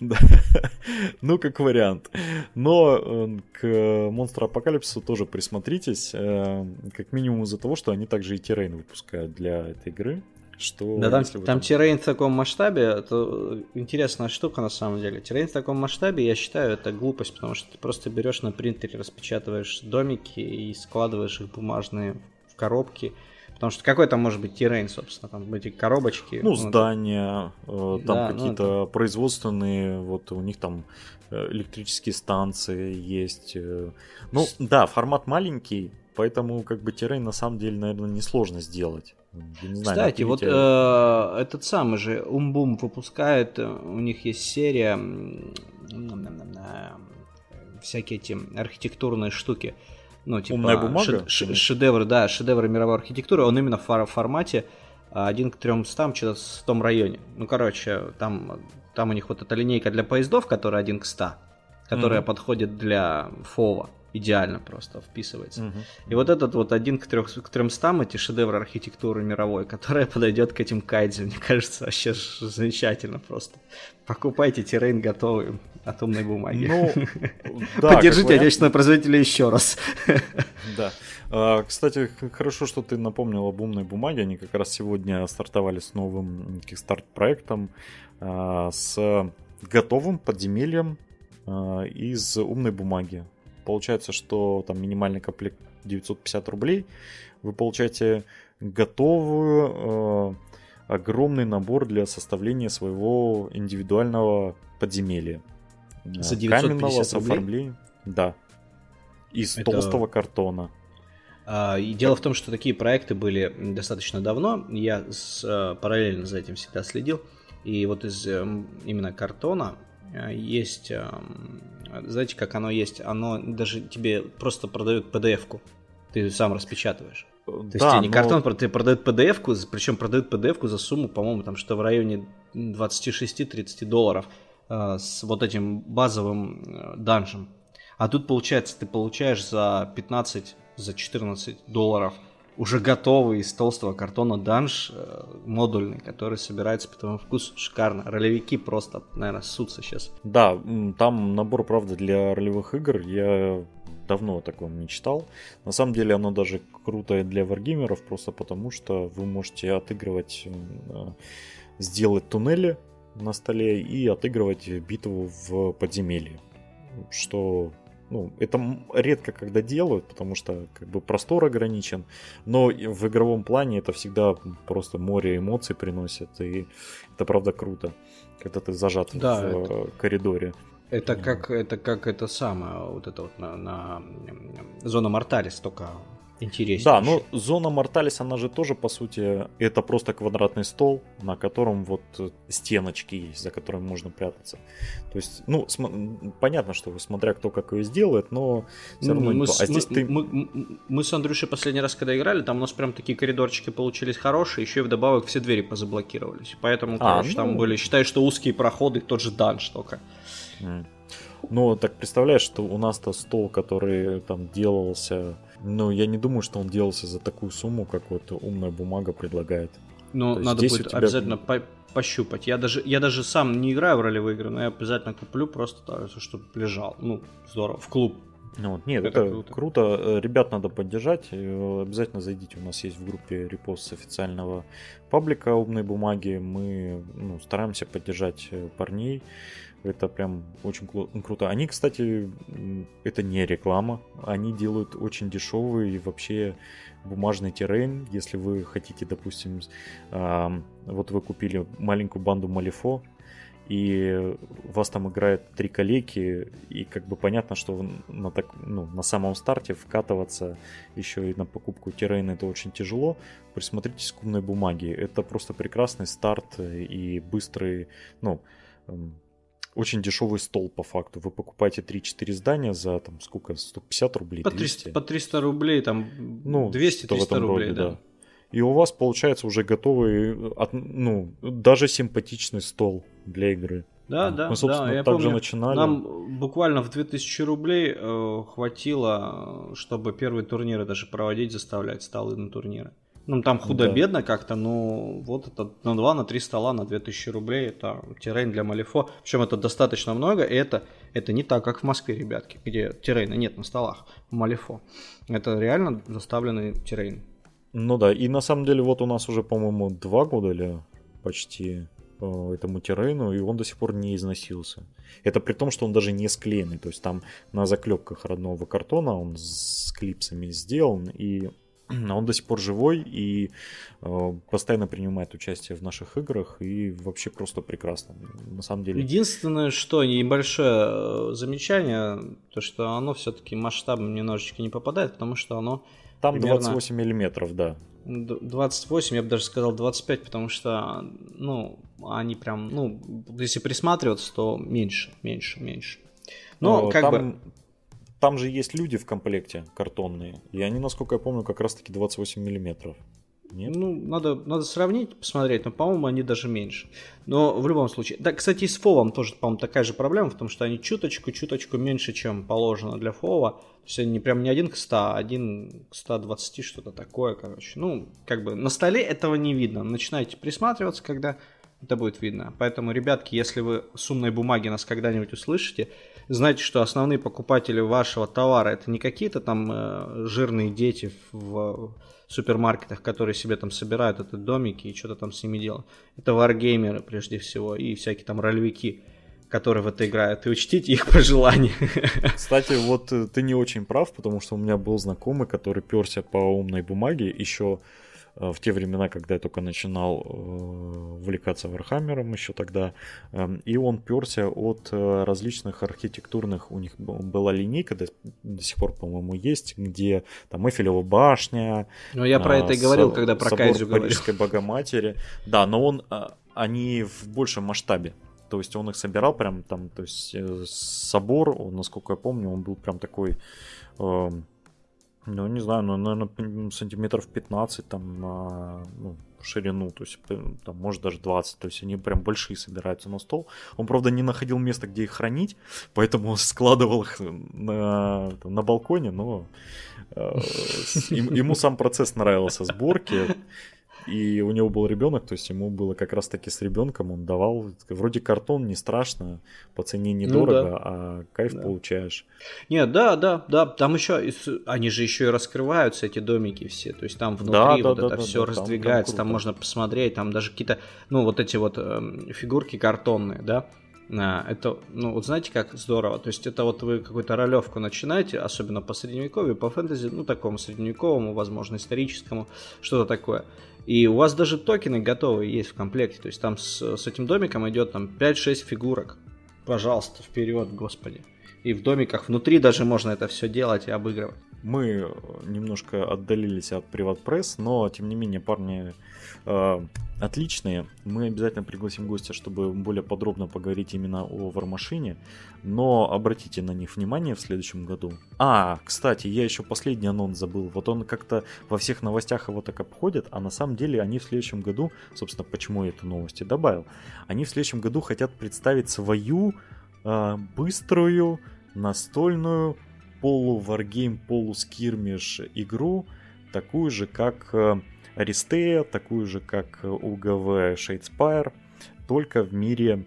Ну, как вариант. Но к Monster Apocalypse тоже присмотритесь. Как минимум из-за того, что они также и террейн выпускают для этой игры. Что, да, там, там... там террейн в таком масштабе, это интересная штука на самом деле. Террейн в таком масштабе, я считаю, это глупость, потому что ты просто берешь на принтере, распечатываешь домики и складываешь их бумажные в коробки. Потому что какой там может быть террейн, собственно, там эти коробочки. Ну, здания, э, там да, какие-то ну, это... производственные, вот у них там электрические станции есть. Ну, да, формат маленький, поэтому как бы террейн на самом деле, наверное, несложно сделать. Я не знаю, кстати, вот э, этот самый же Умбум выпускает, у них есть серия всякие эти архитектурные штуки. Ну, типа умная бумага? Ш- шедевры, да, шедевры мировой архитектуры, он именно в формате один к трёмстам, что-то в том районе. Ну, короче, там, там у них вот эта линейка для поездов, которая один к ста, которая mm-hmm. подходит для ФОВа. Идеально просто вписывается. Uh-huh. И вот этот вот один к трёмстам, эти шедевры архитектуры мировой, которая подойдет к этим кайдзю, мне кажется, вообще замечательно просто. Покупайте террейн готовый от умной бумаги. Ну, да, поддержите отечественного производителя еще раз. Да. А, кстати, хорошо, что ты напомнил об умной бумаге. Они как раз сегодня стартовали с новым Kickstart-проектом, а, с готовым подземельем а, из умной бумаги. Получается, что там минимальный комплект девятьсот пятьдесят рублей. Вы получаете готовую, э, огромный набор для составления своего индивидуального подземелья. За девятьсот пятьдесят каменного с рублей? оформлением. Да. Из Это... толстого картона. А, и дело в том, что такие проекты были достаточно давно. Я с, параллельно за этим всегда следил. И вот из именно картона есть... Знаете, как оно есть? Оно даже тебе просто продают пи ди эф-ку. Ты сам распечатываешь. То да, есть тебе не но... картон, тебе продают пи ди эф-ку, причем продают пи ди эф-ку за сумму, по-моему, там что в районе двадцать шесть тридцать долларов э, с вот этим базовым э, данжем. А тут, получается, ты получаешь за пятнадцать, за четырнадцать долларов уже готовый из толстого картона данж э, модульный, который собирается по твоему вкусу. Шикарно. Ролевики просто, наверное, ссутся сейчас. Да, там набор, правда, для ролевых игр. Я давно такого не читал. На самом деле оно даже крутое для варгеймеров, просто потому что вы можете отыгрывать, э, сделать туннели на столе и отыгрывать битву в подземелье. Что... Ну, это редко когда делают, потому что как бы простор ограничен, но в игровом плане это всегда просто море эмоций приносит, и это правда круто, когда ты зажат да, в это... коридоре. Это как это как это самое, вот это вот на, на Зона Морталис, только интереснее. Да, но Зона Морталис, она же тоже, по сути, это просто квадратный стол, на котором вот стеночки есть, за которыми можно прятаться. То есть, ну, см- понятно, что смотря кто как ее сделает, но все равно... Мы, не с, а здесь мы, ты... мы, мы с Андрюшей последний раз, когда играли, там у нас прям такие коридорчики получились хорошие, еще и вдобавок все двери позаблокировались. Поэтому, а, короче, ну... там были, считай, что узкие проходы, тот же данж только. Mm. Ну, так представляешь, что у нас-то стол, который там делался... Ну, я не думаю, что он делался за такую сумму, как вот умная бумага предлагает. Ну, надо будет тебя... обязательно по- пощупать. Я даже, я даже сам не играю в ролевые игры, но я обязательно куплю просто так, чтобы лежал. Ну, здорово, в клуб. Ну, вот, нет, это, это круто. круто. Ребят надо поддержать. Обязательно зайдите. У нас есть в группе репост с официального паблика «Умной бумаги». Мы ну, стараемся поддержать парней. Это прям очень кру- круто. Они, кстати, это не реклама. Они делают очень дешевый и вообще бумажный террейн. Если вы хотите, допустим, э, вот вы купили маленькую банду Малифо, и у вас там играет три коллеги, и как бы понятно, что на, так, ну, на самом старте вкатываться еще и на покупку террейна это очень тяжело. Присмотритесь к «Умной бумаге». Это просто прекрасный старт и быстрый, ну, очень дешевый стол по факту. Вы покупаете три-четыре здания за там сколько? сто пятьдесят рублей? По триста, по триста рублей, там ну, двести-триста рублей, роде, да. да. И у вас получается уже готовый, ну, даже симпатичный стол для игры. Да, да, мы, собственно, да, я так помню, же начинали. Нам буквально в две тысячи рублей э, хватило, чтобы первые турниры даже проводить, заставлять столы на турниры. Ну, там худо-бедно да. как-то, но вот это на два, на три стола, на две тысячи рублей, это террейн для Малифо. Причем это достаточно много, и это, это не так, как в Москве, ребятки, где террейна нет на столах в Малифо. Это реально заставленный террейн. Ну да, и на самом деле вот у нас уже, по-моему, два года или почти по этому террейну, и он до сих пор не износился. Это при том, что он даже не склеенный, то есть там на заклепках родного картона он с клипсами сделан, и он до сих пор живой и э, постоянно принимает участие в наших играх, и вообще просто прекрасно, на самом деле. Единственное, что небольшое замечание, то что оно все-таки масштабом немножечко не попадает, потому что оно там примерно... двадцать восемь миллиметров, да. двадцать восемь, я бы даже сказал двадцать пять, потому что, ну, они прям, ну, если присматриваться, то меньше, меньше, меньше. Но, Но как там... бы... Там же есть люди в комплекте картонные, и они, насколько я помню, как раз-таки двадцать восемь миллиметров. Нет? Ну, надо, надо сравнить, посмотреть, но, по-моему, они даже меньше. Но в любом случае... Да, кстати, и с фовом тоже, по-моему, такая же проблема, в том, что они чуточку-чуточку меньше, чем положено для фова. То есть они прям не один к ста, а один к ста двадцати, что-то такое, короче. Ну, как бы на столе этого не видно. Начинайте присматриваться, когда это будет видно. Поэтому, ребятки, если вы с «Умной бумаги» нас когда-нибудь услышите, знайте, что основные покупатели вашего товара это не какие-то там э, жирные дети в супермаркетах, которые себе там собирают это домики и что-то там с ними делают. Это варгеймеры прежде всего и всякие там ролевики, которые в это играют. И учтите их пожелания. Кстати, вот ты не очень прав, потому что у меня был знакомый, который перся по «Умной бумаге еще в те времена, когда я только начинал увлекаться Вархаммером еще тогда, и он перся от различных архитектурных, у них была линейка, до, до сих пор, по-моему, есть, где там Эйфелева башня. Ну, я про это и говорил, со- когда про Кайзю говорил. Парижской Богоматери. Да, но он, они в большем масштабе. То есть он их собирал прям там, то есть собор, он, насколько я помню, он был прям такой... Ну, не знаю, ну, наверное, сантиметров пятнадцать там на ну, ширину, то есть там, может даже двадцать, то есть они прям большие собираются на стол. Он, правда, не находил места, где их хранить, поэтому складывал их на, там, на балконе, но э, ему сам процесс нравился сборки. И у него был ребенок, то есть ему было как раз таки с ребенком, он давал, вроде картон не страшно, по цене недорого, ну, да. а кайф да. получаешь. Нет, да, да, да, там еще, они же еще и раскрываются, эти домики все, то есть там внутри да, вот да, это да, все да, раздвигается, там, там, там можно посмотреть, там даже какие-то, ну вот эти вот э, фигурки картонные, да, это, ну, вот знаете, как здорово. То есть это вот вы какую-то ролевку начинаете, особенно по средневековью, по фэнтези, ну, такому средневековому, возможно, историческому, что-то такое. И у вас даже токены готовые есть в комплекте. То есть там с, с этим домиком идет там пять-шесть фигурок. Пожалуйста, вперед, господи. И в домиках внутри даже можно это все делать и обыгрывать. Мы немножко отдалились от PrivatPress, но тем не менее парни э, отличные. Мы обязательно пригласим гостя, чтобы более подробно поговорить именно о Вармашине. Но обратите на них внимание в следующем году. А, кстати, я еще последний анонс забыл. Вот он как-то во всех новостях его так обходит, а на самом деле они в следующем году, собственно, почему я эту новость и добавил, они в следующем году хотят представить свою э, быструю настольную полу-варгейм, полу-скирмиш игру такую же, как Аристея, такую же, как УГВ Shadespire, только в мире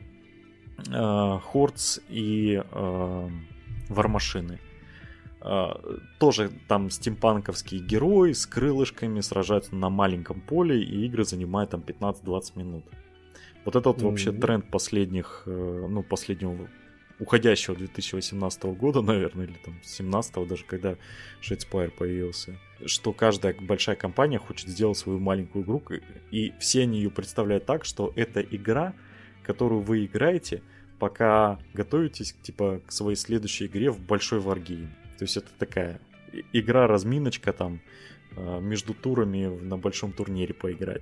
э, Хордс и э, Вармашины. Э, тоже там стимпанковские герои с крылышками сражаются на маленьком поле, и игры занимают там пятнадцать-двадцать минут. Вот это вот mm-hmm. вообще тренд последних, э, ну, последнего уходящего две тысячи восемнадцатого года, наверное, или там семнадцатого даже, когда Shadespire появился, что каждая большая компания хочет сделать свою маленькую игру, и все они ее представляют так, что это игра, которую вы играете, пока готовитесь типа к своей следующей игре в большой варгейм. То есть это такая игра-разминочка там между турами на большом турнире поиграть.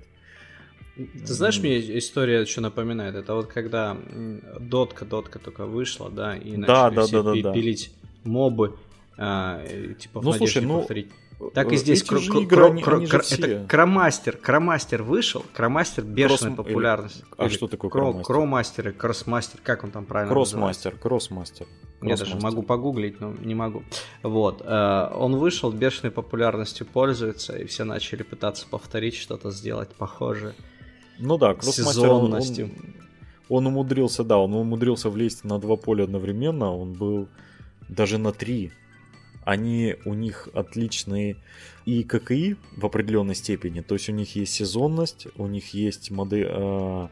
Ты знаешь, мне история что напоминает? Это вот когда дотка, дотка только вышла, да, и начали да, да, все да, да, пилить да. мобы, а, типа в ну, надежде слушай, ну, повторить. Так и здесь кр- кр- игры, кр- они, кр- они кр- все... это Кромастер. Кромастер вышел. Кромастер бешеная Кросс... популярность. Или... А или что такое Кро- Кромастер? Кромастер и Кроссмастер, как он там правильно Кроссмастер, называется? Кроссмастер. Я даже могу погуглить, но не могу. Вот. Он вышел, бешеной популярностью пользуется, и все начали пытаться повторить что-то, сделать похожее. Ну да, Кроссмастер, он, он, он умудрился, да, он умудрился влезть на два поля одновременно, он был даже на три. Они, у них отличные и ККИ в определенной степени, то есть у них есть сезонность, у них есть модель, э,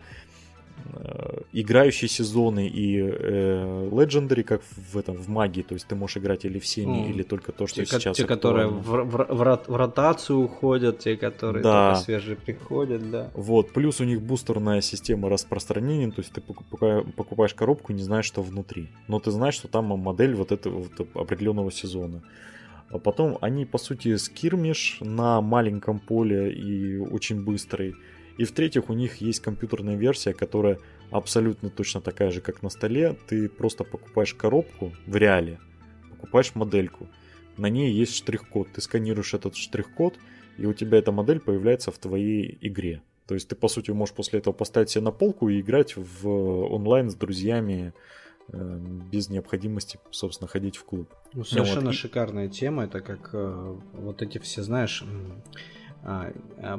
э, играющие сезоны и э, Legendary, как в этом в магии, то есть ты можешь играть или всеми, mm. или только то, что те, сейчас те, которые в, в, в, в ротацию уходят, те, которые да. только свежие приходят, да. Вот, плюс у них бустерная система распространения, то есть ты покупаешь коробку и не знаешь, что внутри, но ты знаешь, что там модель вот этого вот определенного сезона. А потом они, по сути, скирмиш на маленьком поле и очень быстрый. И в-третьих, у них есть компьютерная версия, которая абсолютно точно такая же, как на столе. Ты просто покупаешь коробку в реале, покупаешь модельку. На ней есть штрих-код. Ты сканируешь этот штрих-код, и у тебя эта модель появляется в твоей игре. То есть ты, по сути, можешь после этого поставить себе на полку и играть в онлайн с друзьями без необходимости, собственно, ходить в клуб. Ну, совершенно вот. Шикарная тема. Это как э, вот эти все, знаешь, э, э,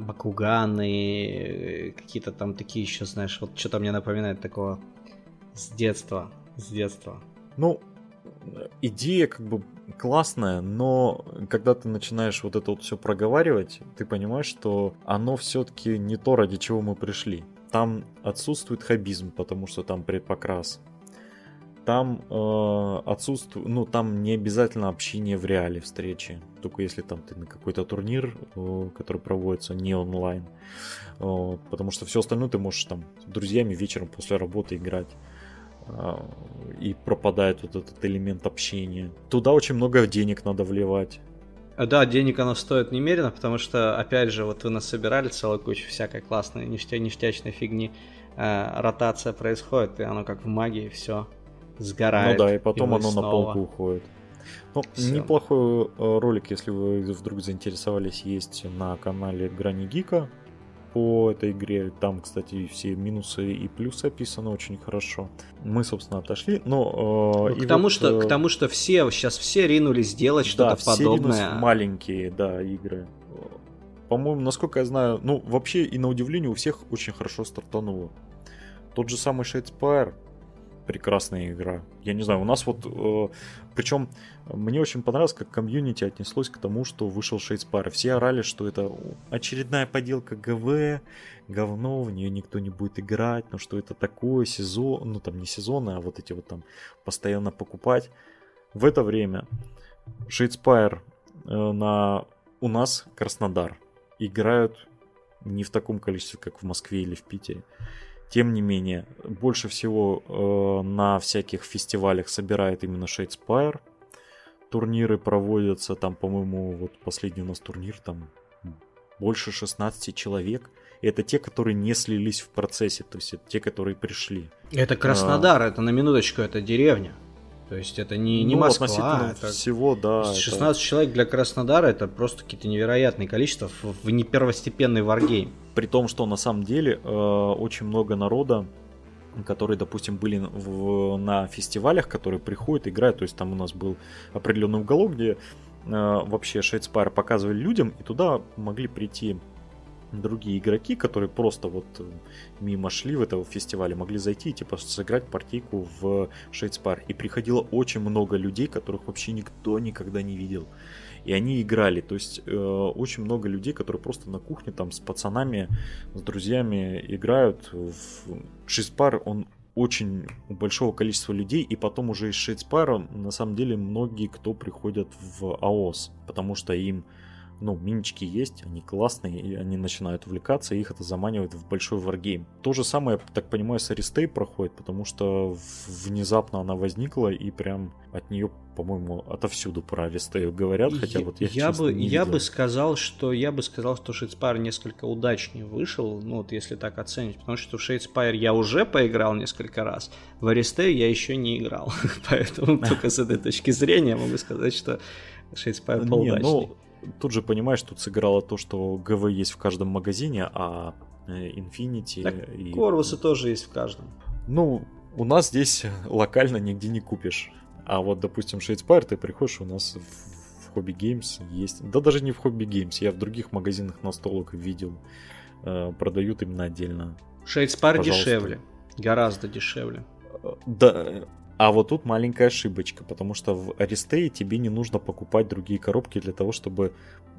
бакуганы, какие-то там такие еще, знаешь, вот что-то мне напоминает такого с детства, с детства. Ну, идея как бы классная, но когда ты начинаешь вот это вот все проговаривать, ты понимаешь, что оно все-таки не то, ради чего мы пришли. Там отсутствует хоббизм, потому что там предпокрас. Там э, отсутствует, ну там не обязательно общение в реале, встречи, только если там ты на какой-то турнир, э, который проводится не онлайн, э, потому что все остальное ты можешь там с друзьями вечером после работы играть, э, и пропадает вот этот элемент общения. Туда очень много денег надо вливать. Да, денег оно стоит немерено, потому что, опять же, вот вы нас собирали целую кучу всякой классной ништя- ништячной фигни, э, ротация происходит, и оно как в магии, все сгорает. Ну да, и потом и оно снова. на полку уходит. Ну, неплохой ролик, если вы вдруг заинтересовались, есть на канале Грани Гика по этой игре. Там, кстати, все минусы и плюсы описаны очень хорошо. Мы, собственно, отошли. Но, ну, к, тому, вот, что, к тому, что все сейчас все ринулись делать что-то да, подобное. Все ринулись в маленькие, да, игры. По-моему, насколько я знаю, ну, вообще и на удивление у всех очень хорошо стартануло. Тот же самый Shadespire. Прекрасная игра. Я не знаю, у нас вот... Э, причем мне очень понравилось, как комьюнити отнеслось к тому, что вышел Shadespire. Все орали, что это очередная поделка ГВ, говно, в нее никто не будет играть, но что это такое, сезон... Ну, там не сезоны, а вот эти вот там постоянно покупать. В это время Shadespire э, на... у нас Краснодар играют не в таком количестве, как в Москве или в Питере. Тем не менее, больше всего э, на всяких фестивалях собирает именно Shadespire. Турниры проводятся, там, по-моему, вот последний у нас турнир, там больше шестнадцать человек. И это те, которые не слились в процессе, то есть это те, которые пришли. Это Краснодар, а, это на минуточку, это деревня. То есть это не, не ну, Москва. Относительно это... всего, да. шестнадцать это... человек для Краснодара это просто какие-то невероятные количества в не первостепенный варгейм. При том, что на самом деле э, очень много народа, которые, допустим, были в, на фестивалях, которые приходят, играют. То есть там у нас был определенный уголок, где вообще Shadespire показывали людям, и туда могли прийти другие игроки, которые просто вот мимо шли в этого фестиваля, могли зайти и типа сыграть партийку в Shadespire. И приходило очень много людей, которых вообще никто никогда не видел. И они играли. То есть э, очень много людей, которые просто на кухне там с пацанами, с друзьями играют. В Shadespire он очень у большого количества людей, и потом уже из Shadespire на самом деле многие, кто приходят в АОС, потому что им ну, минички есть, они классные, и они начинают увлекаться, и их это заманивает в большой варгейм. То же самое, я так понимаю, с Аристей проходит, потому что внезапно она возникла, и прям от нее, по-моему, отовсюду про Аристею говорят, хотя я, вот я, я честно, бы, не я видел. бы сказал, что я бы сказал, что Shadespire несколько удачнее вышел, ну вот если так оценить, потому что в Shadespire я уже поиграл несколько раз, в Аристею я еще не играл, поэтому только с этой точки зрения могу сказать, что Shadespire поудачнее. Тут же, понимаешь, тут сыграло то, что ГВ есть в каждом магазине, а Infinity... Так, и... Корвусы тоже есть в каждом. Ну, у нас здесь локально нигде не купишь. А вот, допустим, Shadespire ты приходишь, у нас в Hobby Games есть... Да даже не в Hobby Games, я в других магазинах настолок видел. Продают именно отдельно. Shadespire дешевле. Гораздо дешевле. Да... А вот тут маленькая ошибочка, потому что в Аристее тебе не нужно покупать другие коробки для того, чтобы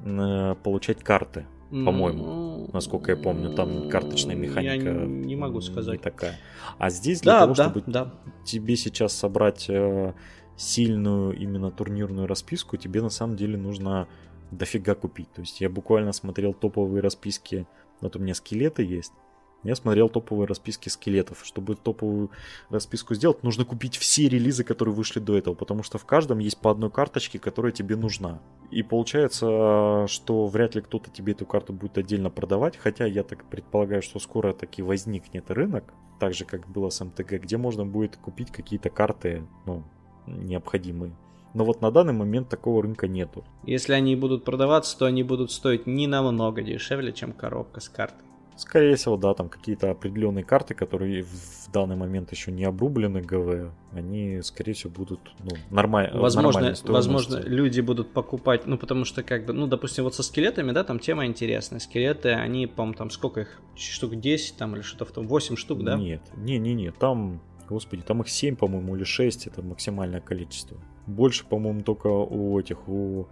э, получать карты, по-моему, насколько я помню, там карточная механика я не могу сказать. Не такая. А здесь для да, того, да, чтобы да. тебе сейчас собрать э, сильную именно турнирную расписку, тебе на самом деле нужно дофига купить. То есть я буквально смотрел топовые расписки, вот у меня скелеты есть. Я смотрел топовые расписки скелетов. Чтобы топовую расписку сделать, нужно купить все релизы, которые вышли до этого, потому что в каждом есть по одной карточке, которая тебе нужна. И получается, что вряд ли кто-то тебе эту карту будет отдельно продавать, хотя я так предполагаю, что скоро таки возникнет рынок, так же как было с эм тэ гэ, где можно будет купить какие-то карты, ну, необходимые. Но вот на данный момент такого рынка нету. Если они будут продаваться, то они будут стоить не намного дешевле, чем коробка с картой. Скорее всего, да, там какие-то определенные карты, которые в данный момент еще не обрублены ГВ, они, скорее всего, будут ну, норма- возможно, возможно, люди будут покупать, ну, потому что, как бы, ну, допустим, вот со скелетами, да, там тема интересная. Скелеты, они, по-моему, там сколько их? Штук десять там или что-то в том, восемь штук, да? Нет, не-не-не, там, господи, там их семь, по-моему, или шесть, это максимальное количество. Больше, по-моему, только у этих, у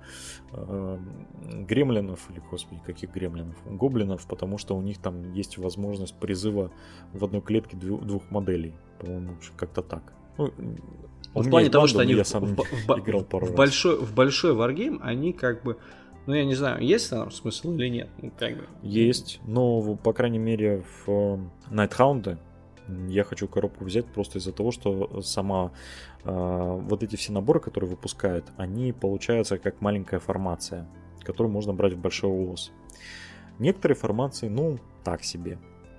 э, гремлинов, или, господи, каких гремлинов, у гоблинов, потому что у них там есть возможность призыва в одной клетке двух, двух моделей, по-моему, как-то так. Ну, в плане того, что они я в, сам в, в, играл пару в, раз. большой, в большой варгейм, они как бы, ну, я не знаю, есть там смысл или нет? Ну, как бы. Есть, но, по крайней мере, в Nighthound я хочу коробку взять просто из-за того, что сама э, вот эти все наборы, которые выпускают, они получаются как маленькая формация, которую можно брать в большой ООС. Некоторые формации, ну, так себе.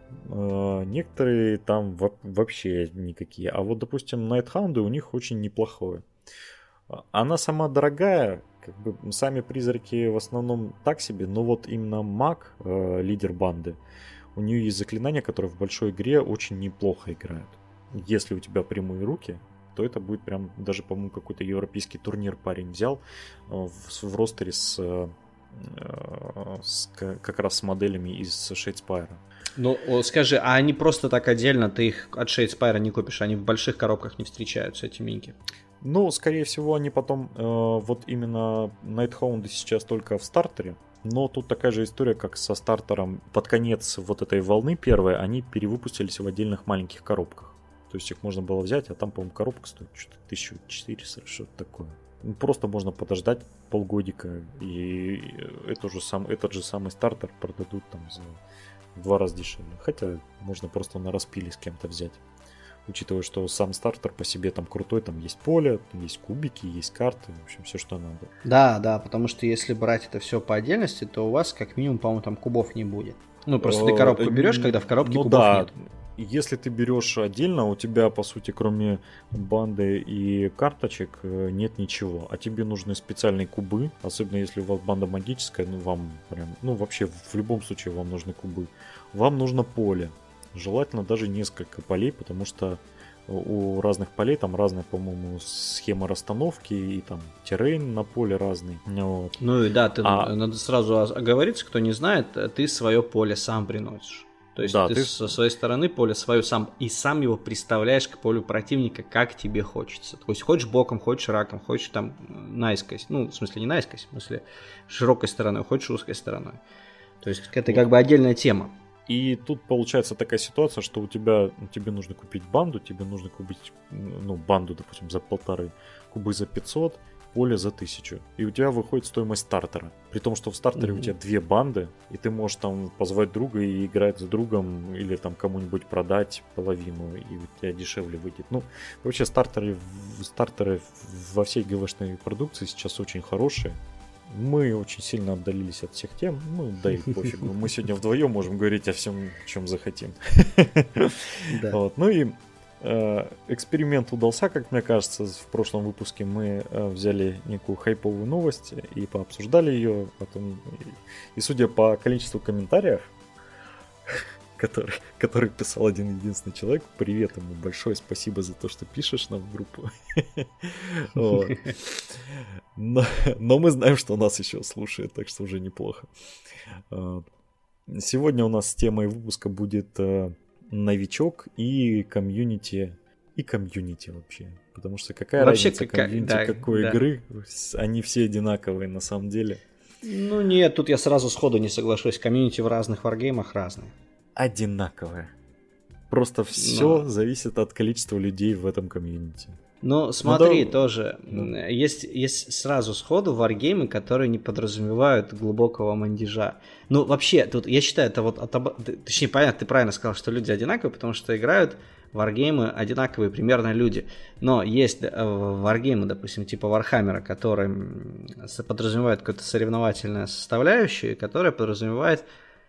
Э, некоторые там во- вообще никакие. А вот, допустим, Nighthound у них очень неплохое. Она сама дорогая, как бы сами призраки в основном так себе, но вот именно маг, э, лидер банды, у нее есть заклинания, которые в большой игре очень неплохо играют. Если у тебя прямые руки, то это будет прям, даже, по-моему, какой-то европейский турнир парень взял в, в ростере с, с как раз с моделями из Shadespire. Ну, скажи, а они просто так отдельно, ты их от Shadespire не купишь, они в больших коробках не встречаются, эти минки? Ну, скорее всего, они потом, э, вот именно Nighthound сейчас только в стартере. Но тут такая же история, как со стартером. Под конец вот этой волны первой они перевыпустились в отдельных маленьких коробках. То есть их можно было взять, а там, по-моему, коробка стоит что-то тысяча четыреста, что-то такое. Просто можно подождать полгодика, и это же сам, этот же самый стартер продадут там за в два раза дешевле. Хотя можно просто на распиле с кем-то взять. Учитывая, что сам стартер по себе там крутой, там есть поле, там есть кубики, есть карты, в общем, все, что надо. Да, да, потому что если брать это все по отдельности, то у вас как минимум, по-моему, там кубов не будет. Ну, просто ты коробку берешь, когда в коробке ну, кубов да. нет. Если ты берешь отдельно, у тебя, по сути, кроме банды и карточек, нет ничего. А тебе нужны специальные кубы, особенно если у вас банда магическая, ну, вам прям, ну, вообще, в любом случае вам нужны кубы. Вам нужно поле. Желательно даже несколько полей, потому что у разных полей там разная, по-моему, схема расстановки и там террейн на поле разный. Вот. Ну и да, ты, а... надо сразу оговориться, кто не знает, ты свое поле сам приносишь. То есть да, ты, ты со своей стороны поле свое сам и сам его представляешь к полю противника, как тебе хочется. То есть хочешь боком, хочешь раком, хочешь там наискось. Ну, в смысле не наискось, в смысле широкой стороной, хочешь узкой стороной. То есть это как бы отдельная тема. И тут получается такая ситуация, что у тебя, тебе нужно купить банду, тебе нужно купить, ну, банду, допустим, за полторы, кубы за пятьсот, поле за тысячу. И у тебя выходит стоимость стартера. При том, что в стартере mm-hmm. у тебя две банды, и ты можешь там позвать друга и играть с другом, или там кому-нибудь продать половину, и у тебя дешевле выйдет. Ну, вообще стартеры, стартеры во всей ГВшной продукции сейчас очень хорошие. Мы очень сильно отдалились от всех тем, ну да и пофигу. Мы сегодня вдвоем можем говорить о всем, о чем захотим. Да. Вот. Ну и э, эксперимент удался, как мне кажется. В прошлом выпуске мы э, взяли некую хайповую новость и пообсуждали ее. Потом, и, и судя по количеству комментариев, который, который писал один единственный человек, привет ему большое, спасибо за то, что пишешь нам в группу. Но, но мы знаем, что нас еще слушает, так что уже неплохо. Сегодня у нас темой выпуска будет новичок и комьюнити, и комьюнити вообще. Потому что какая вообще разница как, комьюнити, да, какой да. игры, они все одинаковые на самом деле. Ну нет, тут я сразу сходу не соглашусь, комьюнити в разных варгеймах разные. Одинаковое. Просто все но... зависит от количества людей в этом комьюнити. Ну, смотри, ну, да... тоже, ну. есть, есть сразу сходу варгеймы, которые не подразумевают глубокого мандежа. Ну, вообще, тут, я считаю, это вот, отобо... точнее, понятно, ты правильно сказал, что люди одинаковые, потому что играют варгеймы одинаковые примерно люди. Но есть варгеймы, допустим, типа Вархаммера, которые подразумевают какую-то соревновательную составляющую, которая подразумевает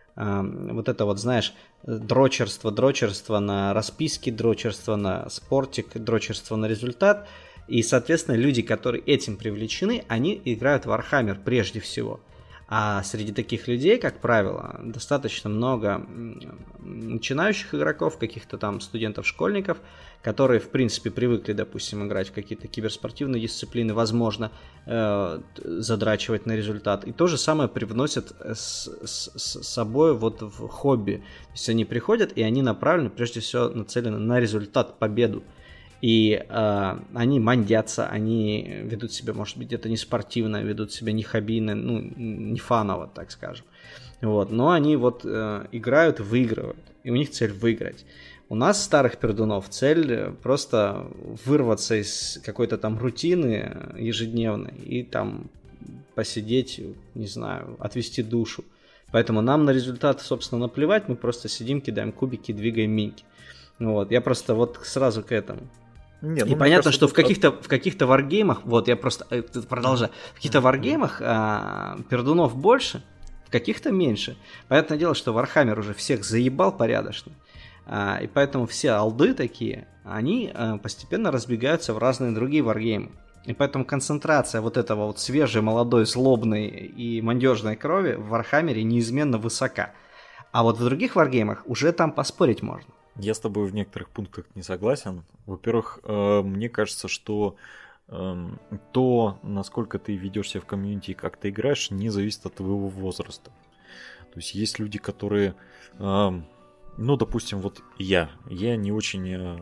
вот это вот, знаешь, дрочерство, дрочерство на расписки, дрочерство на спортик, дрочерство на результат. И, соответственно, люди, которые этим привлечены, они играют в Warhammer прежде всего. А среди таких людей, как правило, достаточно много начинающих игроков, каких-то там студентов-школьников, которые, в принципе, привыкли, допустим, играть в какие-то киберспортивные дисциплины, возможно, э, задрачивать на результат. И то же самое привносят с, с, с собой вот в хобби. То есть они приходят, и они направлены, прежде всего, нацелены на результат, победу. И э, они мандятся, они ведут себя, может быть, где-то не спортивно, ведут себя не хоббийно, ну, не фаново, так скажем. Вот. Но они вот э, играют, выигрывают. И у них цель выиграть. У нас, старых пердунов, цель просто вырваться из какой-то там рутины ежедневной и там посидеть, не знаю, отвести душу. Поэтому нам на результат, собственно, наплевать, мы просто сидим, кидаем кубики, двигаем миньки. Вот. Я просто вот сразу к этому. Не, ну, и понятно, кажется, что в каких-то, в каких-то варгеймах, вот я просто продолжаю, в каких-то варгеймах а, пердунов больше, в каких-то меньше. Понятное дело, что Warhammer уже всех заебал порядочно, а, и поэтому все алды такие, они а, постепенно разбегаются в разные другие варгеймы. И поэтому концентрация вот этого вот свежей, молодой, злобной и мандежной крови в Warhammer неизменно высока. А вот в других варгеймах уже там поспорить можно. Я с тобой в некоторых пунктах не согласен. Во-первых, э, мне кажется, что э, то, насколько ты ведешь себя в комьюнити и как ты играешь, не зависит от твоего возраста. То есть есть люди, которые, э, ну, допустим, вот я, я не очень... Э,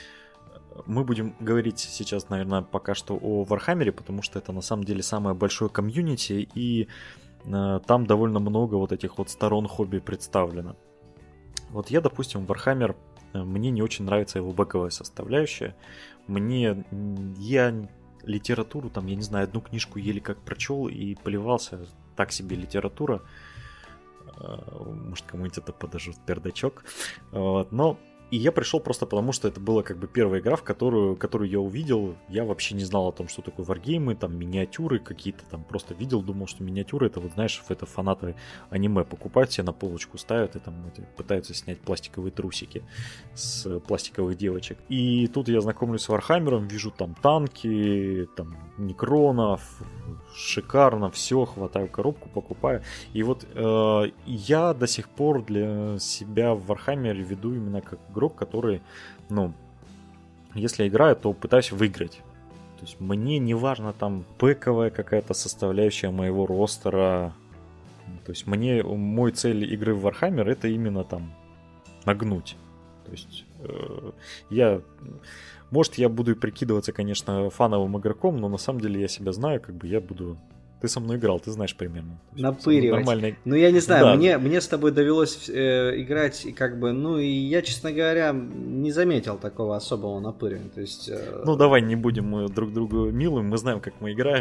мы будем говорить сейчас, наверное, пока что о Вархаммере, потому что это на самом деле самое большое комьюнити, и э, там довольно много вот этих вот сторон хобби представлено. Вот я, допустим, Warhammer, мне не очень нравится его бэковая составляющая. Мне, я литературу, там, я не знаю, одну книжку еле как прочел и поливался, так себе литература. Может, кому-нибудь это подожжет пердачок. Вот, но и я пришел просто потому, что это была как бы первая игра, в которую, которую я увидел. Я вообще не знал о том, что такое варгеймы, там миниатюры какие-то, там просто видел, думал, что миниатюры это вот, знаешь, это фанаты аниме покупают, себе на полочку ставят и там эти, пытаются снять пластиковые трусики с пластиковых девочек. И тут я знакомлюсь с Вархаммером, вижу там танки, там некронов, шикарно, все, хватаю коробку, покупаю. И вот э, я до сих пор для себя в Вархаммере веду именно как игрок, который, ну, если я играю, то пытаюсь выиграть. То есть мне не важно там пэковая какая-то составляющая моего ростера. То есть мне, мой цель игры в Warhammer это именно там нагнуть. То есть э, я, может я буду прикидываться, конечно, фановым игроком, но на самом деле я себя знаю, как бы я буду... Ты со мной играл, ты знаешь примерно. Напыривать. Нормально... Ну, я не знаю, да. мне, мне с тобой довелось э, играть, и как бы, ну, и я, честно говоря, не заметил такого особого напыривания. То есть, э... Ну, давай не будем мы друг другу милым, мы знаем, как мы играем.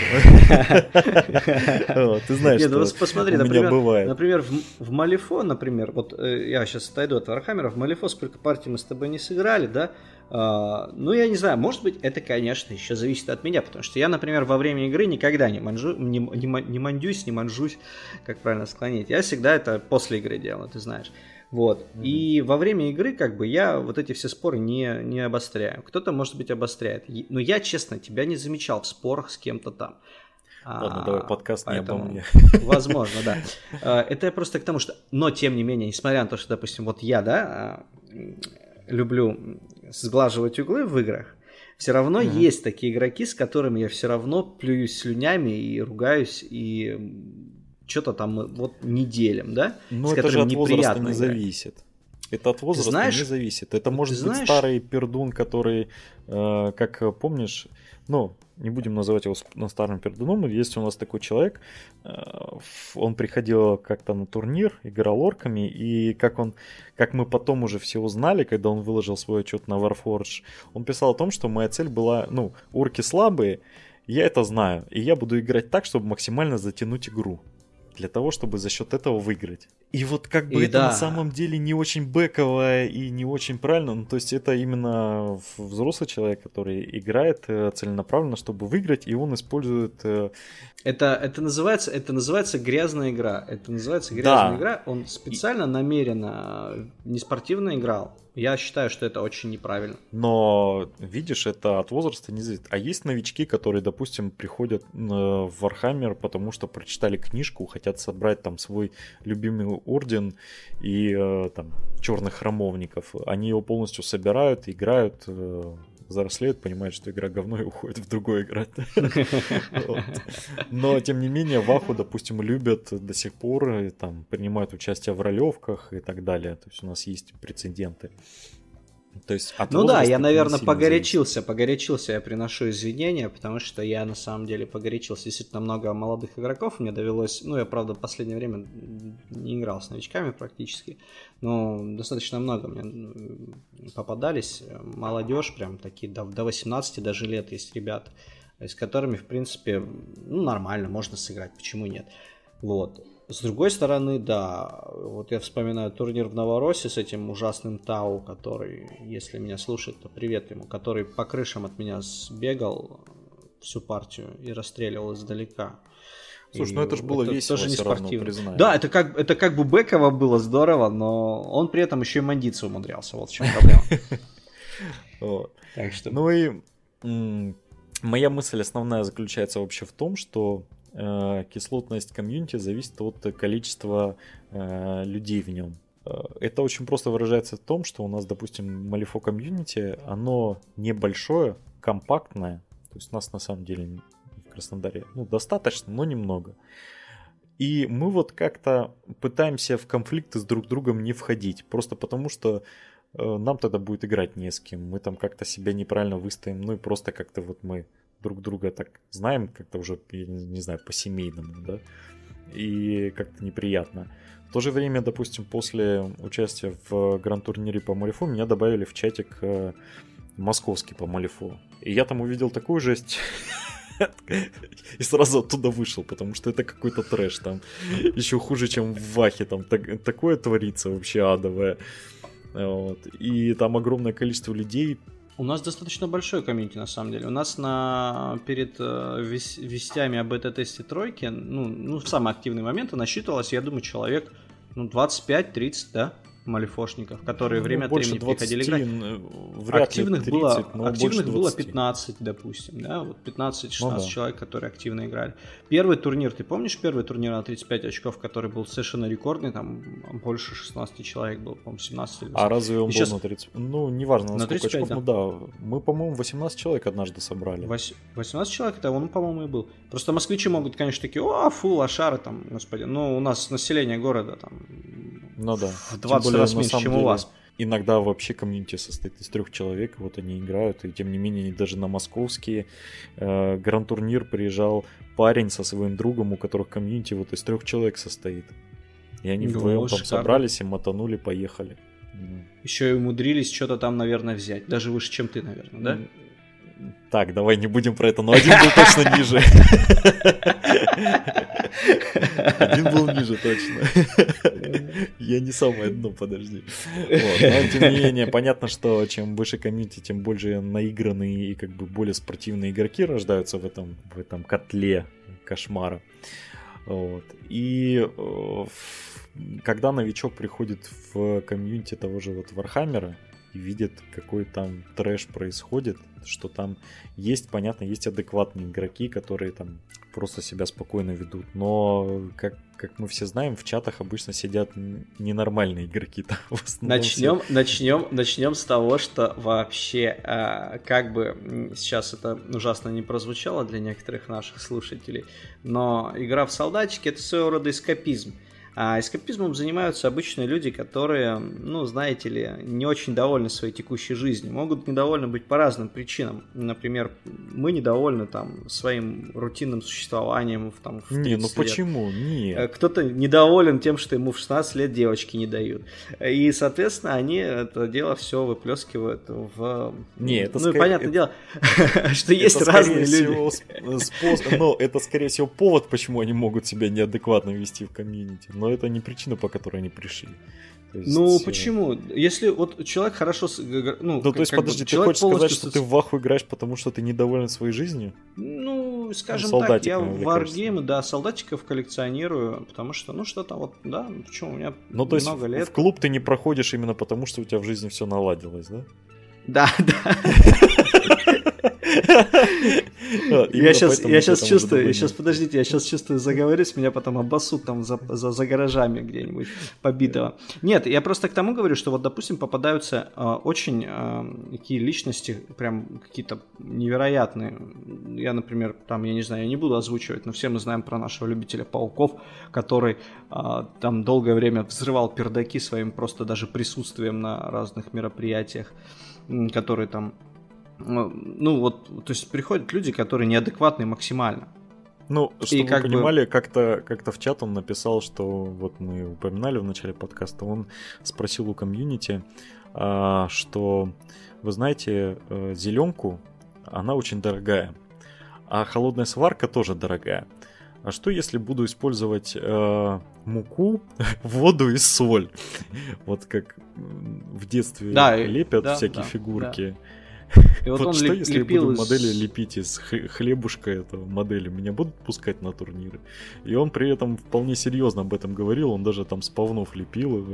Ты знаешь, что посмотри, например, в Малифо, например, вот я сейчас отойду от Warhammer, в Малифо сколько партий мы с тобой не сыграли, да? Uh, ну, я не знаю, может быть, это, конечно, еще зависит от меня, потому что я, например, во время игры никогда не, манжу, не, не, не мандюсь, не манжусь, как правильно склонить. Я всегда это после игры делаю, ты знаешь. Вот. Mm-hmm. И во время игры, как бы, я вот эти все споры не, не обостряю. Кто-то, может быть, обостряет. Но я, честно, тебя не замечал в спорах с кем-то там. Ладно, а, давай подкаст поэтому, не обо мне. Возможно, да. Это просто к тому, что... Но, тем не менее, несмотря на то, что, допустим, вот я, да... люблю сглаживать углы в играх, все равно uh-huh. есть такие игроки, с которыми я все равно плююсь слюнями и ругаюсь, и что-то там вот неделям, да? Но это же от возраста не зависит. Это от возраста знаешь, не зависит. Это может быть знаешь... старый пердун, который, э, как помнишь, ну, не будем называть его старым пердуном, есть у нас такой человек, э, он приходил как-то на турнир, играл орками, и как он, как мы потом уже все узнали, когда он выложил свой отчет на Warforged, он писал о том, что моя цель была, ну, орки слабые, я это знаю, и я буду играть так, чтобы максимально затянуть игру. Для того, чтобы за счет этого выиграть. И вот как бы и это да. на самом деле не очень бэковое и не очень правильно. Ну, то есть это именно взрослый человек, который играет целенаправленно, чтобы выиграть, и он использует... Это, это, называется, это называется грязная игра. Это называется грязная да. игра. Он специально, и... намеренно, неспортивно играл. Я считаю, что это очень неправильно. Но, видишь, это от возраста не зависит. А есть новички, которые, допустим, приходят в Warhammer, потому что прочитали книжку, хотят собрать там свой любимый орден и там черных храмовников. Они его полностью собирают, играют, взрослеют, понимают, что игра говно, и уходят в другую играть. Но, тем не менее, Ваху, допустим, любят до сих пор, там, принимают участие в ролевках и так далее. То есть у нас есть прецеденты. То есть от ну да, я, наверное, погорячился, зависит. погорячился, я приношу извинения, потому что я на самом деле погорячился. Действительно много молодых игроков, мне довелось, ну я, правда, в последнее время не играл с новичками практически, но достаточно много мне попадались, молодежь прям такие, до, до восемнадцати даже лет есть ребята, с которыми, в принципе, ну нормально, можно сыграть, почему нет, вот. С другой стороны, да, вот я вспоминаю турнир в Новороссии с этим ужасным Тау, который, если меня слушает, то привет ему, который по крышам от меня сбегал всю партию и расстреливал издалека. Слушай, и ну это же было это весело, тоже не спортивно. Равно, да, это как, это как бы бэково было здорово, но он при этом еще и мандиться умудрялся, вот в чем проблема. Так что... Ну и моя мысль основная заключается вообще в том, что кислотность комьюнити зависит от количества э, людей в нем. Это очень просто выражается в том, что у нас, допустим, Малифо комьюнити, оно небольшое, компактное. То есть у нас на самом деле в Краснодаре ну, достаточно, но немного. И мы вот как-то пытаемся в конфликты с друг другом не входить. Просто потому, что э, нам тогда будет играть не с кем. Мы там как-то себя неправильно выставим. Ну и просто как-то вот мы друг друга так знаем, как-то уже, я не знаю, по-семейному, да, и как-то неприятно. В то же время, допустим, после участия в гранд-турнире по Малифо меня добавили в чатик э, московский по Малифо. И я там увидел такую жесть, и сразу оттуда вышел, потому что это какой-то трэш, там еще хуже, чем в Вахе, там так, такое творится вообще адовое. Вот. И там огромное количество людей. У нас достаточно большой комьюнити, на самом деле. У нас на, перед э, вес, вестями об бета-тесте тройки, ну, ну, в самые активные моменты насчитывалось, я думаю, человек ну, двадцать пять тридцать, да? малифошников, которые ну, время от времени приходили играть. Вряд активных ли тридцать, было, но активных было больше пятнадцать, допустим, да, вот пятнадцать-шестнадцать ну, да. человек, которые активно играли. Первый турнир, ты помнишь первый турнир на тридцать пять очков, который был совершенно рекордный, там больше шестнадцать человек было, по-моему, семнадцать или восемнадцать. А разве он И был сейчас... на тридцать? Ну, неважно, на, на сколько очков, да. ну да, мы, по-моему, восемнадцать человек однажды собрали. восемнадцать человек, это он, по-моему, и был. Просто москвичи могут, конечно, такие, о, фу, лошары там, господи, ну, у нас население города там ну, да. в двадцать более, раз меньше, чем деле, у вас. Иногда вообще комьюнити состоит из трех человек, вот они играют, и тем не менее даже на московские э, гранд-турнир приезжал парень со своим другом, у которых комьюнити вот из трех человек состоит. И они ну, вдвоем там собрались и мотанули, поехали. Еще и умудрились что-то там, наверное, взять, даже выше, чем ты, наверное, да? Так, давай не будем про это, но один был точно ниже. Один был ниже, точно. Я не самое дно, подожди. Вот. Но тем не менее, понятно, что чем выше комьюнити, тем больше наигранные и как бы более спортивные игроки рождаются в этом, в этом котле кошмара. Вот. И когда новичок приходит в комьюнити того же вот Вархаммера, видит, какой там трэш происходит, что там есть, понятно, есть адекватные игроки, которые там просто себя спокойно ведут, но, как, как мы все знаем, в чатах обычно сидят ненормальные игроки. Там, начнем, начнем, начнем с того, что вообще, э, как бы сейчас это ужасно не прозвучало для некоторых наших слушателей, но игра в солдатики — это своего рода эскапизм. А эскапизмом занимаются обычные люди, которые, ну, знаете ли, не очень довольны своей текущей жизнью. Могут недовольны быть по разным причинам. Например, мы недовольны там своим рутинным существованием в, там, в тридцать Не, ну лет. почему? Нет. Кто-то недоволен тем, что ему в шестнадцать лет девочки не дают. И, соответственно, они это дело все выплескивают в... Не, это ну, скорее... понятное дело, что есть разные люди. Но это, скорее всего, повод, почему они могут себя неадекватно вести в комьюнити. Но это не причина, по которой они пришли. Есть... Ну, почему? Если вот человек хорошо... Ну, ну то есть, подожди, ты хочешь сказать, что ты в Ваху играешь, потому что ты недоволен своей жизнью? Ну, скажем ну, так, я в варгеймы, да, солдатиков коллекционирую, потому что, ну, что-то вот, да, почему, у меня ну, то есть много лет. В клуб ты не проходишь именно потому, что у тебя в жизни все наладилось, да? Да, да. Я сейчас, я сейчас чувствую, я сейчас, подождите, я сейчас чувствую, заговорюсь, меня потом обоссут там за, за, за гаражами где-нибудь побитого. Нет, я просто к тому говорю, что вот, допустим, попадаются э, очень э, такие личности, прям какие-то невероятные. Я, например, там, я не знаю, я не буду озвучивать, но все мы знаем про нашего любителя пауков, который э, там долгое время взрывал пердаки своим просто даже присутствием на разных мероприятиях, которые там... Ну, вот, то есть приходят люди, которые неадекватные максимально. Ну, чтобы вы понимали, бы... как-то, как-то в чат он написал, что вот мы упоминали в начале подкаста, он спросил у комьюнити, а, что, вы знаете, зеленку, она очень дорогая, а холодная сварка тоже дорогая. А что, если буду использовать э, муку, воду и соль? Вот как в детстве да, лепят да, всякие да, фигурки. Да. И вот, вот он что, леп, если я буду из... модели лепить из хлебушка этого модели, меня будут пускать на турниры? И он при этом вполне серьезно об этом говорил, он даже там спавнов лепил.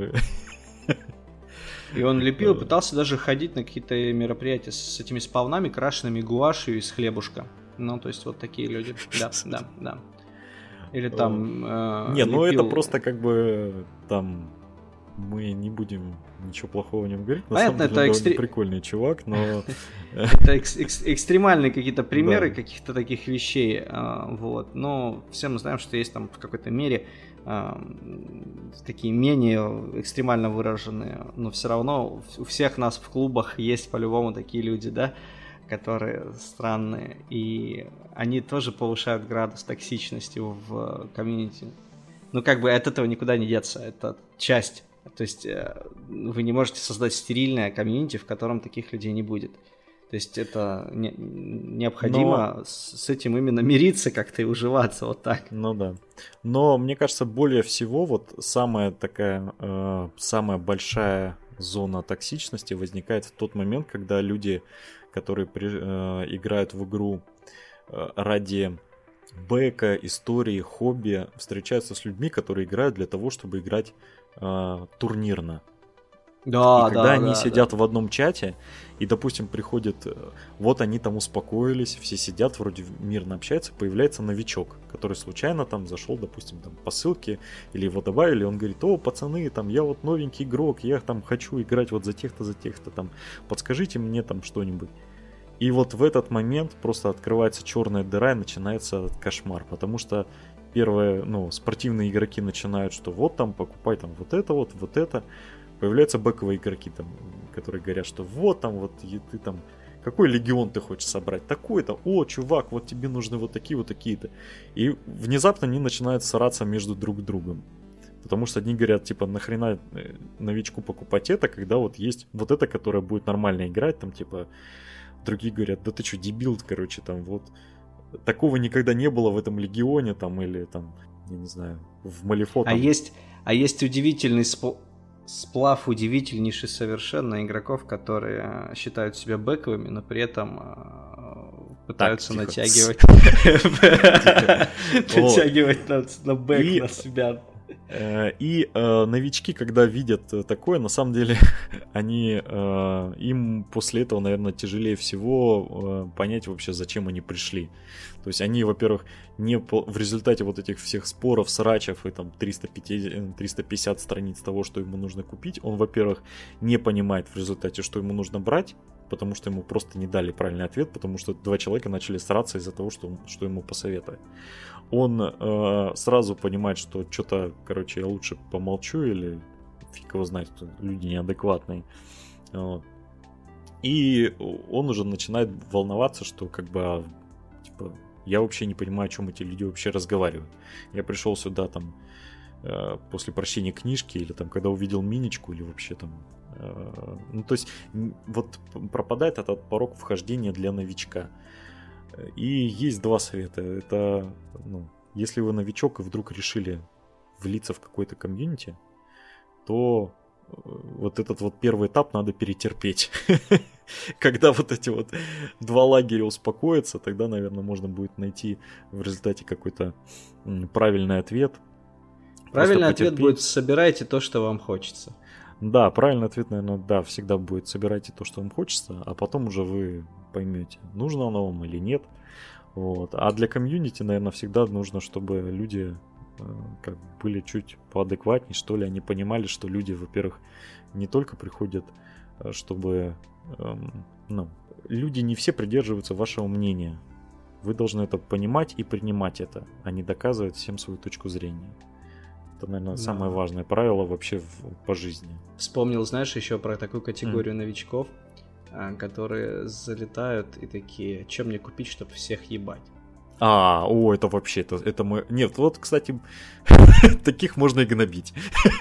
И он лепил, пытался даже ходить на какие-то мероприятия с этими спавнами, крашенными гуашью из хлебушка. Ну, то есть вот такие люди. Да, да, да. Или там... Э, не, ну лепил... это просто как бы там... Мы не будем ничего плохого о нем говорить. На Понятно, самом деле, это экстре... прикольный чувак, но... Это экстремальные какие-то примеры каких-то таких вещей. Вот. Но все мы знаем, что есть там в какой-то мере такие менее экстремально выраженные. Но все равно у всех нас в клубах есть по-любому такие люди, да, которые странные. И они тоже повышают градус токсичности в комьюнити. Ну, как бы от этого никуда не деться. Это часть. То есть вы не можете создать стерильное комьюнити, в котором таких людей не будет. То есть это не, необходимо Но... с, с этим именно мириться как-то и уживаться вот так. Ну да. Но мне кажется, более всего вот самая такая, э, самая большая зона токсичности возникает в тот момент, когда люди, которые при, э, играют в игру э, ради бэка, истории, хобби, встречаются с людьми, которые играют для того, чтобы играть э, турнирно. Да, и когда да, они да, сидят да. в одном чате, и, допустим, приходит, вот они там успокоились, все сидят, вроде мирно общаются, появляется новичок, который случайно там зашел, допустим, там по ссылке, или его добавили, он говорит: о, пацаны, там, я вот новенький игрок, я там хочу играть вот за тех-то, за тех-то, там, подскажите мне там что-нибудь. И вот в этот момент просто открывается черная дыра и начинается кошмар, потому что первые, ну, спортивные игроки начинают, что вот там, покупай там вот это вот, вот это. Появляются бэковые игроки, там, которые говорят, что вот там, вот и ты там, какой легион ты хочешь собрать? Такой-то, о, чувак, вот тебе нужны вот такие вот такие-то. И внезапно они начинают сраться между друг другом. Потому что одни говорят, типа, нахрена новичку покупать это, когда вот есть вот это, которое будет нормально играть, там, типа, другие говорят, да ты что, дебил, короче, там, вот, такого никогда не было в этом легионе, там, или там, я не знаю, в Малифо. А есть, а есть удивительный способ. Сплав удивительнейший совершенно игроков, которые считают себя бэковыми, но при этом пытаются так, натягивать натягивать на бэк на себя. И э, новички, когда видят такое, на самом деле, они э, им после этого, наверное, тяжелее всего э, понять вообще, зачем они пришли. То есть они, во-первых, не по, в результате вот этих всех споров, срачев и там триста пятьдесят, триста пятьдесят страниц того, что ему нужно купить, он, во-первых, не понимает в результате, что ему нужно брать, потому что ему просто не дали правильный ответ, потому что два человека начали сраться из-за того, что, что ему посоветовали. Он э, сразу понимает, что что-то, короче, я лучше помолчу, или фиг его знает, люди неадекватные. Вот. И он уже начинает волноваться, что как бы, типа, я вообще не понимаю, о чем эти люди вообще разговаривают. Я пришел сюда там э, после прочтения книжки, или там когда увидел миничку, или вообще там... Э, ну, то есть, вот пропадает этот порог вхождения для новичка. И есть два совета. Это, ну, если вы новичок и вдруг решили влиться в какой-то комьюнити, то вот этот вот первый этап надо перетерпеть. Когда вот эти вот два лагеря успокоятся, тогда, наверное, можно будет найти в результате какой-то правильный ответ. Правильный ответ будет: собирайте то, что вам хочется. Да, правильный ответ, наверное, да, всегда будет: собирайте то, что вам хочется, а потом уже вы поймете, нужно оно вам или нет. Вот. А для комьюнити, наверное, всегда нужно, чтобы люди э, как были чуть поадекватнее, что ли, они понимали, что люди, во-первых, не только приходят, чтобы... Э, ну, люди не все придерживаются вашего мнения. Вы должны это понимать и принимать это, а не доказывать всем свою точку зрения. Это, наверное, да. Самое важное правило вообще в, по жизни. Вспомнил, знаешь, еще про такую категорию mm. новичков, которые залетают и такие: чем мне купить, чтобы всех ебать? А, о, это вообще, это, это мы... Нет, вот, кстати, таких можно и гнобить.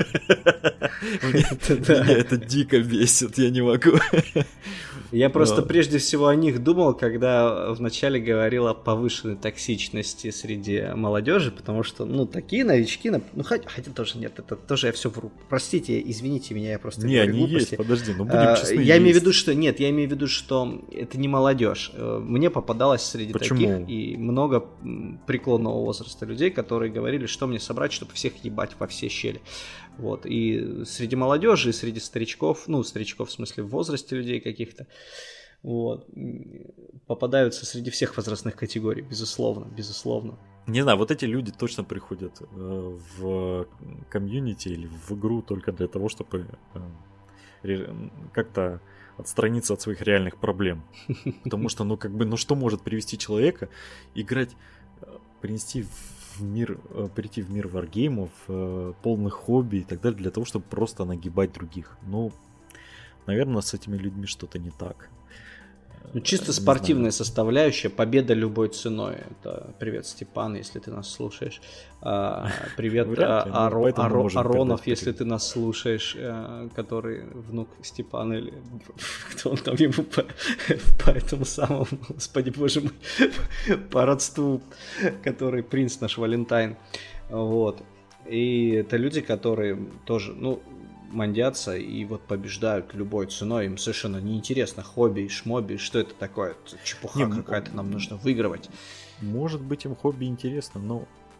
Меня это дико бесит, я не могу. Я просто прежде всего о них думал, когда вначале говорил о повышенной токсичности среди молодежи, потому что, ну, такие новички, ну, хотя, хотя тоже нет, это тоже я все вру. Простите, извините меня, я просто не, говорю они глупости. Есть, подожди, ну будем честны. Я имею в виду, что нет, я имею в виду, что это не молодежь. Мне попадалось среди Почему? таких и много преклонного возраста людей, которые говорили, что мне собрать, чтобы всех ебать во все щели. Вот. И среди молодежи, и среди старичков, ну, старичков в смысле в возрасте людей каких-то, вот, попадаются среди всех возрастных категорий, безусловно, безусловно. Не знаю, вот эти люди точно приходят э, в комьюнити или в игру только для того, чтобы э, как-то отстраниться от своих реальных проблем. Потому что, ну, как бы, ну, что может привести человека играть, принести в мир, прийти в мир варгеймов, полных хобби и так далее, для того, чтобы просто нагибать других. Ну, наверное, с этими людьми что-то не так. Ну, чисто спортивная составляющая, победа любой ценой. Это привет, Степан, если ты нас слушаешь. А, привет, Аро, Аро, Аро, Аронов, если ты нас слушаешь, который внук Степана, или кто он там ему по, по этому самому, господи боже мой, по родству, который принц наш Валентайн. Вот. И это люди, которые тоже, ну, мандятся и вот побеждают любой ценой. Им совершенно неинтересно хобби, шмоби, что это такое? Это чепуха не, какая-то, нам нужно выигрывать. Может быть, им хобби интересно, но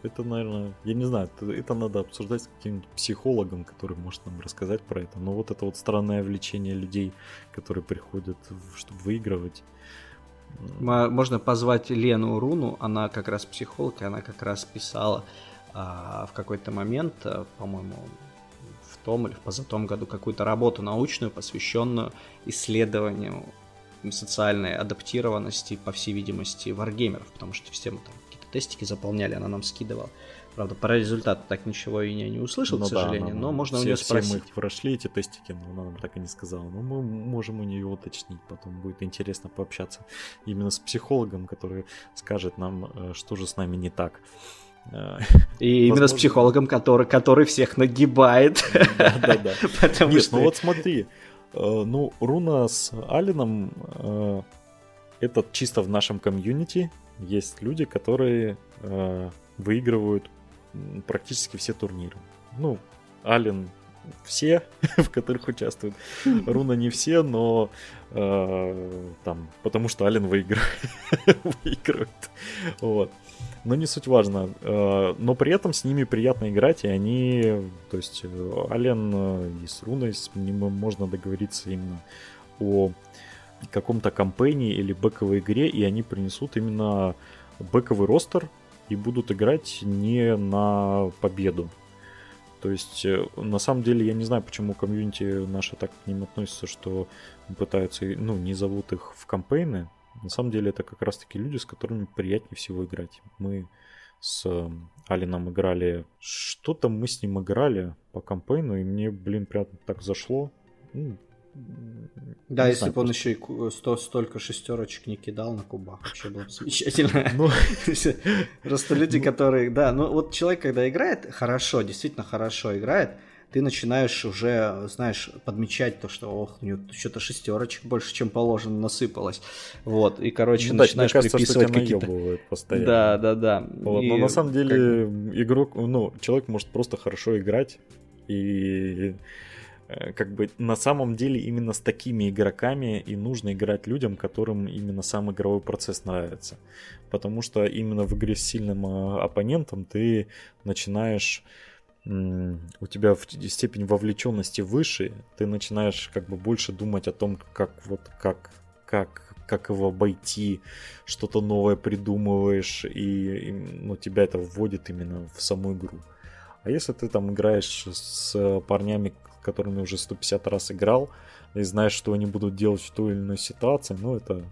это, наверное, я не знаю, это, это надо обсуждать с каким-нибудь психологом, который может нам рассказать про это. Но вот это вот странное влечение людей, которые приходят, чтобы выигрывать. Можно позвать Лену Руну, она как раз психолог, и она как раз писала а, в какой-то момент, а, по-моему, в том или в позатом году какую-то работу научную, посвященную исследованию социальной адаптированности, по всей видимости, варгеймеров, потому что все мы там какие-то тестики заполняли, она нам скидывала. Правда, про результат так ничего и не, не услышал, ну, к сожалению, да, но, но можно все, у нее спросить. Все мы прошли эти тестики, но она нам так и не сказала. Но мы можем у нее уточнить, потом будет интересно пообщаться именно с психологом, который скажет нам, что же с нами не так. И возможно... именно с психологом, который, который всех нагибает. Да-да-да. Нет, ну вот смотри, ну Руна с Алленом, это чисто в нашем комьюнити. Есть люди, которые выигрывают практически все турниры. Ну, Ален все, в которых участвует. Руна не все, но э, там, потому что Ален выигрывает. выигрывает. Вот. Но не суть важно. Э, но при этом с ними приятно играть, и они, то есть Ален и с Руной, с ним можно договориться именно о каком-то кампейне или бэковой игре, и они принесут именно бэковый ростер, и будут играть не на победу. То есть, на самом деле, я не знаю, почему комьюнити наше так к ним относится, что пытаются, ну, не зовут их в кампейны. На самом деле, это как раз-таки люди, с которыми приятнее всего играть. Мы с Алином играли... Что-то мы с ним играли по кампейну, и мне, блин, прям так зашло. Ну, да, если бы он еще и сто, столько шестерочек не кидал на кубах, вообще было бы замечательно. Ну, просто люди, которые... Да, ну вот человек, когда играет хорошо, действительно хорошо играет, ты начинаешь уже, знаешь, подмечать то, что ох, у него что-то шестерочек больше, чем положено, насыпалось. Вот, и, короче, ну, начинаешь да, кажется, приписывать какие-то... постоянно. Да, да, да. Вот, и... Но на самом деле как... игрок, ну, человек может просто хорошо играть, и... как бы на самом деле именно с такими игроками и нужно играть людям, которым именно сам игровой процесс нравится. Потому что именно в игре с сильным оппонентом ты начинаешь... У тебя степень вовлеченности выше, ты начинаешь как бы больше думать о том, как вот как, как, как его обойти, что-то новое придумываешь, и, и ну, тебя это вводит именно в саму игру. А если ты там играешь с парнями, которыми уже сто пятьдесят раз играл, и знаешь, что они будут делать в той или иной ситуации, ну, это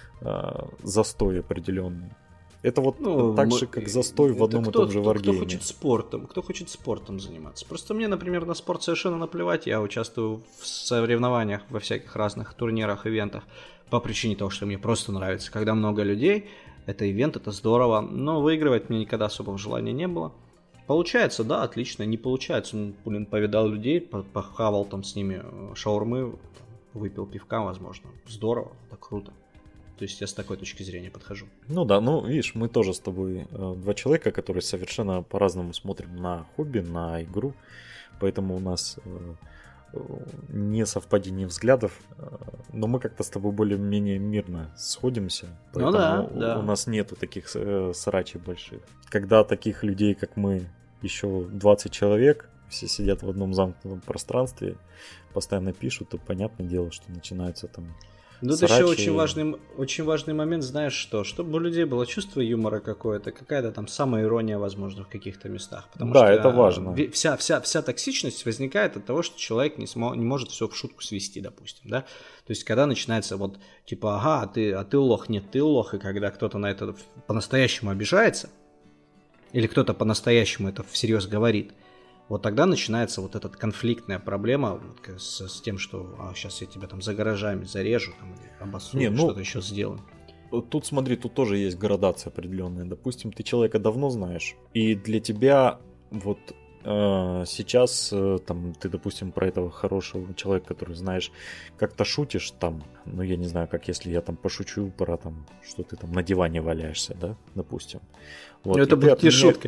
э, застой определенный. Это вот ну, так мы, же, как застой в одном кто, и том же варгейме. Кто хочет спортом, кто хочет спортом заниматься. Просто мне, например, на спорт совершенно наплевать. Я участвую в соревнованиях, во всяких разных турнирах, ивентах, по причине того, что мне просто нравится. Когда много людей, это ивент, это здорово, но выигрывать мне никогда особого желания не было. Получается, да, отлично. Не получается, ну, блин, повидал людей, похавал там с ними шаурмы, выпил пивка, возможно. Здорово, это круто. То есть я с такой точки зрения подхожу. Ну да, ну видишь, мы тоже с тобой э, два человека, которые совершенно по-разному смотрим на хобби, на игру. Поэтому у нас э, не совпадение взглядов, э, но мы как-то с тобой более-менее мирно сходимся. Поэтому ну да, у, да. у нас нету таких э, срачей больших. Когда таких людей, как мы, еще двадцать человек, все сидят в одном замкнутом пространстве, постоянно пишут, то понятное дело, что начинаются там... Ну, это еще очень важный, очень важный момент, знаешь что, чтобы у людей было чувство юмора какое-то, какая-то там самоирония, возможно, в каких-то местах. Потому да, что это важно. Вся, вся, вся токсичность возникает от того, что человек не, смо, не может все в шутку свести, допустим, да. То есть, когда начинается вот, типа, ага, а ты, а ты лох, нет, ты лох, и когда кто-то на это по-настоящему обижается, или кто-то по-настоящему это всерьез говорит, вот тогда начинается вот эта конфликтная проблема с, с тем, что а, сейчас я тебя там за гаражами зарежу, там, или обоссу, Не, ну, что-то еще сделаю. Тут смотри, тут тоже есть градация определенная. Допустим, ты человека давно знаешь, и для тебя вот э, сейчас э, там ты, допустим, про этого хорошего человека, который знаешь, как-то шутишь там, ну я не знаю, как если я там пошучу про там, что ты там на диване валяешься, да, допустим. Вот, это будет не шутка.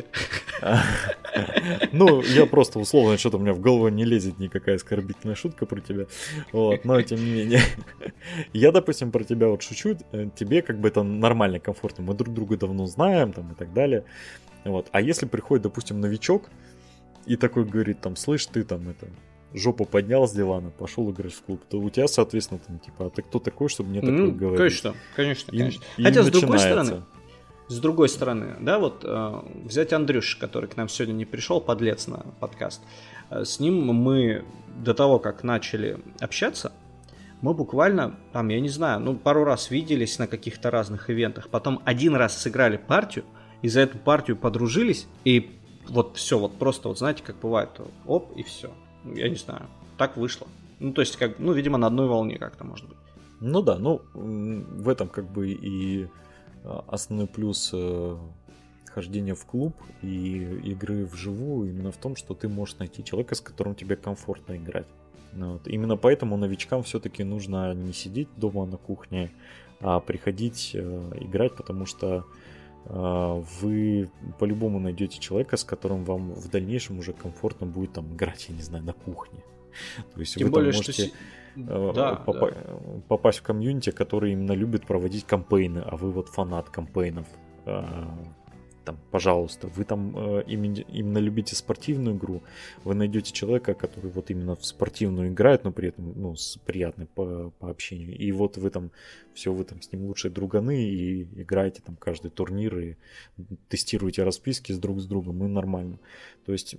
Ну, я просто условно, что-то у меня в голову не лезет никакая оскорбительная шутка про тебя. Вот, но тем не менее. Я, допустим, про тебя вот шучу, тебе как бы это нормально, комфортно. Мы друг друга давно знаем там и так далее. Вот. А если приходит, допустим, новичок и такой говорит, там, слышь, ты там это... жопу поднял с дивана, пошел играть в клуб, то у тебя, соответственно, там, типа, а ты кто такой, чтобы мне такое ну, говорить? Конечно, конечно, И, конечно. и Хотя, с начинается. другой стороны, с другой стороны, да, вот э, взять Андрюш, который к нам сегодня не пришел, подлец на подкаст, э, с ним мы до того, как начали общаться, мы буквально, там, я не знаю, ну, пару раз виделись на каких-то разных ивентах, потом один раз сыграли партию, и за эту партию подружились, и вот все, вот просто, вот знаете, как бывает, оп, и все. Я не знаю, так вышло. Ну, то есть, как, ну, видимо, на одной волне как-то, может быть. Ну да, ну, в этом как бы и основной плюс хождения в клуб и игры вживую именно в том, что ты можешь найти человека, с которым тебе комфортно играть. Вот. Именно поэтому новичкам все-таки нужно не сидеть дома на кухне, а приходить э, играть, потому что э, вы по-любому найдете человека, с которым вам в дальнейшем уже комфортно будет там играть, я не знаю, на кухне. То есть Тем вы более, там можете что... Да, попа- да. попасть в комьюнити, который именно любит проводить кампейны, а вы вот фанат кампейнов. Там, пожалуйста, вы там э, именно, именно любите спортивную игру, вы найдете человека, который вот именно в спортивную играет, но при этом, ну, с приятной по, по общению. И вот вы там, все, вы там с ним лучшие друганы и играете там каждый турнир и тестируете расписки с друг с другом, и нормально. То есть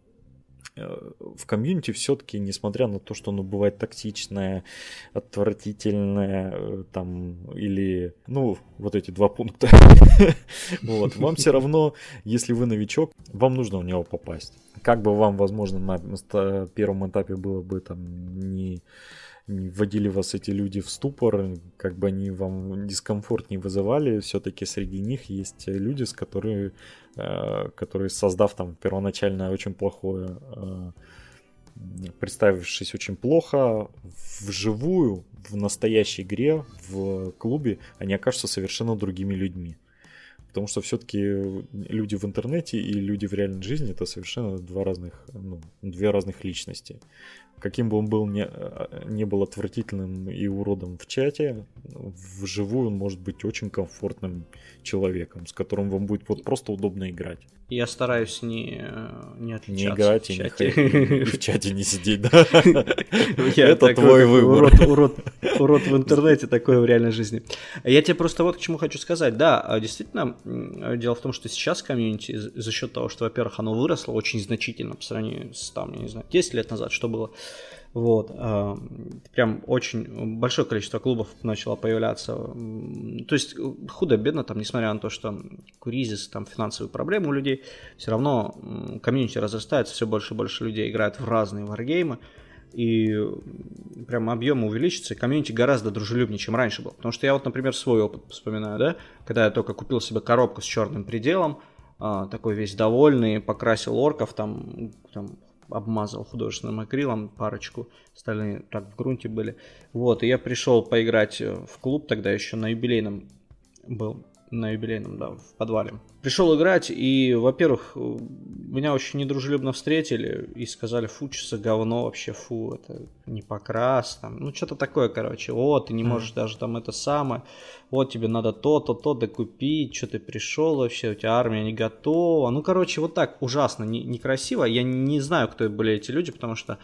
в комьюнити все-таки, несмотря на то, что оно бывает токсичное, отвратительное, там, или, ну, вот эти два пункта, вот, вам все равно, если вы новичок, вам нужно в него попасть. Как бы вам, возможно, на первом этапе было бы там не... не вводили вас эти люди в ступор, как бы они вам дискомфорт не вызывали, все-таки среди них есть люди, с которыми, которые, создав там первоначально очень плохое, представившись очень плохо, вживую, в настоящей игре, в клубе, они окажутся совершенно другими людьми. Потому что все-таки люди в интернете и люди в реальной жизни — это совершенно два разных, ну, две разных личности. Каким бы он был не, не был отвратительным и уродом в чате, вживую он может быть очень комфортным человеком, с которым вам будет вот просто удобно играть. Я стараюсь не, не отличаться не играть в и, чате. Не, и в чате не сидеть, да? Это твой выбор. Урод в интернете, такое в реальной жизни. Я тебе просто вот к чему хочу сказать. Да, действительно, дело в том, что сейчас комьюнити за счет того, что, во-первых, оно выросло очень значительно по сравнению с, там, я не знаю, десять лет назад, что было. Вот, э, прям очень большое количество клубов начало появляться. То есть худо-бедно, там, несмотря на то, что кризис, там, финансовые проблемы у людей, все равно комьюнити разрастается, все больше и больше людей играют в разные варгеймы, и прям объем увеличится, и комьюнити гораздо дружелюбнее, чем раньше был. Потому что я вот, например, свой опыт вспоминаю, да, когда я только купил себе коробку с черным пределом, э, такой весь довольный, покрасил орков, там, там обмазал художественным акрилом парочку, остальные так в грунте были. Вот, и я пришел поиграть в клуб, тогда еще на юбилейном был, на юбилейном, да, в подвале. Пришел играть, и, во-первых, меня очень недружелюбно встретили и сказали: фу, что за говно вообще, фу, это не покрас, там, ну, что-то такое, короче, о, ты не можешь mm-hmm. даже там это самое, вот, тебе надо то-то, то докупить, что ты пришел вообще, у тебя армия не готова, ну, короче, вот так ужасно, не, некрасиво, я не знаю, кто были эти люди, потому что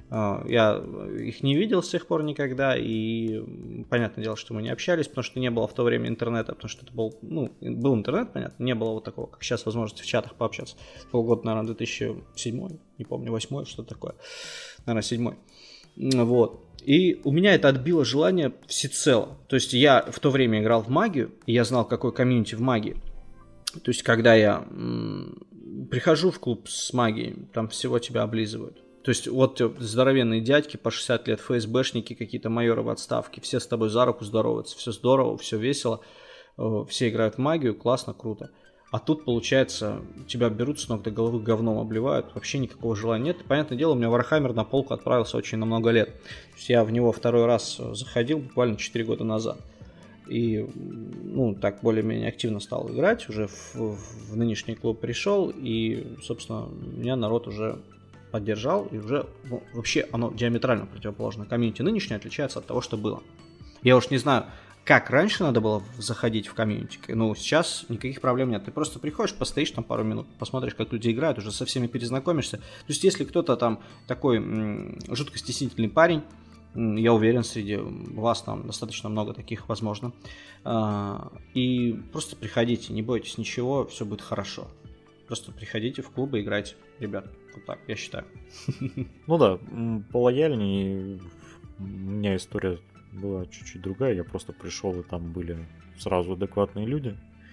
я их не видел с тех пор никогда, и понятное дело, что мы не общались, потому что не было в то время интернета, потому что это был, ну, был интернет, понятно, не было вот такого, как сейчас, возможности в чатах пообщаться. Полгода, наверное, две тысячи седьмой, не помню, восьмой, что такое, наверное, седьмой. Вот. И у меня это отбило желание всецело. То есть я в то время играл в магию, и я знал, какой комьюнити в магии. То есть когда я м- прихожу в клуб с магией, там всего тебя облизывают. То есть вот здоровенные дядьки по шестьдесят лет, ФСБшники, какие-то майоры в отставке, все с тобой за руку здороваются, все здорово, все весело, все играют в магию, классно, круто. А тут, получается, тебя берут с ног до головы, говном обливают, вообще никакого желания нет. И, понятное дело, у меня Warhammer на полку отправился очень на много лет. То есть я в него второй раз заходил буквально четыре года назад. И, ну, так более-менее активно стал играть, уже в, в нынешний клуб пришел, и, собственно, меня народ уже поддержал, и уже, ну, вообще оно диаметрально противоположно. Комьюнити нынешнее отличается от того, что было. Я уж не знаю, как раньше надо было заходить в комьюнити, ну, сейчас никаких проблем нет. Ты просто приходишь, постоишь там пару минут, посмотришь, как люди играют, уже со всеми перезнакомишься. То есть, если кто-то там такой м- жутко стеснительный парень, я уверен, среди вас там достаточно много таких, возможно. И просто приходите, не бойтесь ничего, все будет хорошо. Просто приходите в клубы играть, ребят. Вот так, я считаю. Ну да, полояльнее. У меня история была чуть-чуть другая. Я просто пришел, и там были сразу адекватные люди.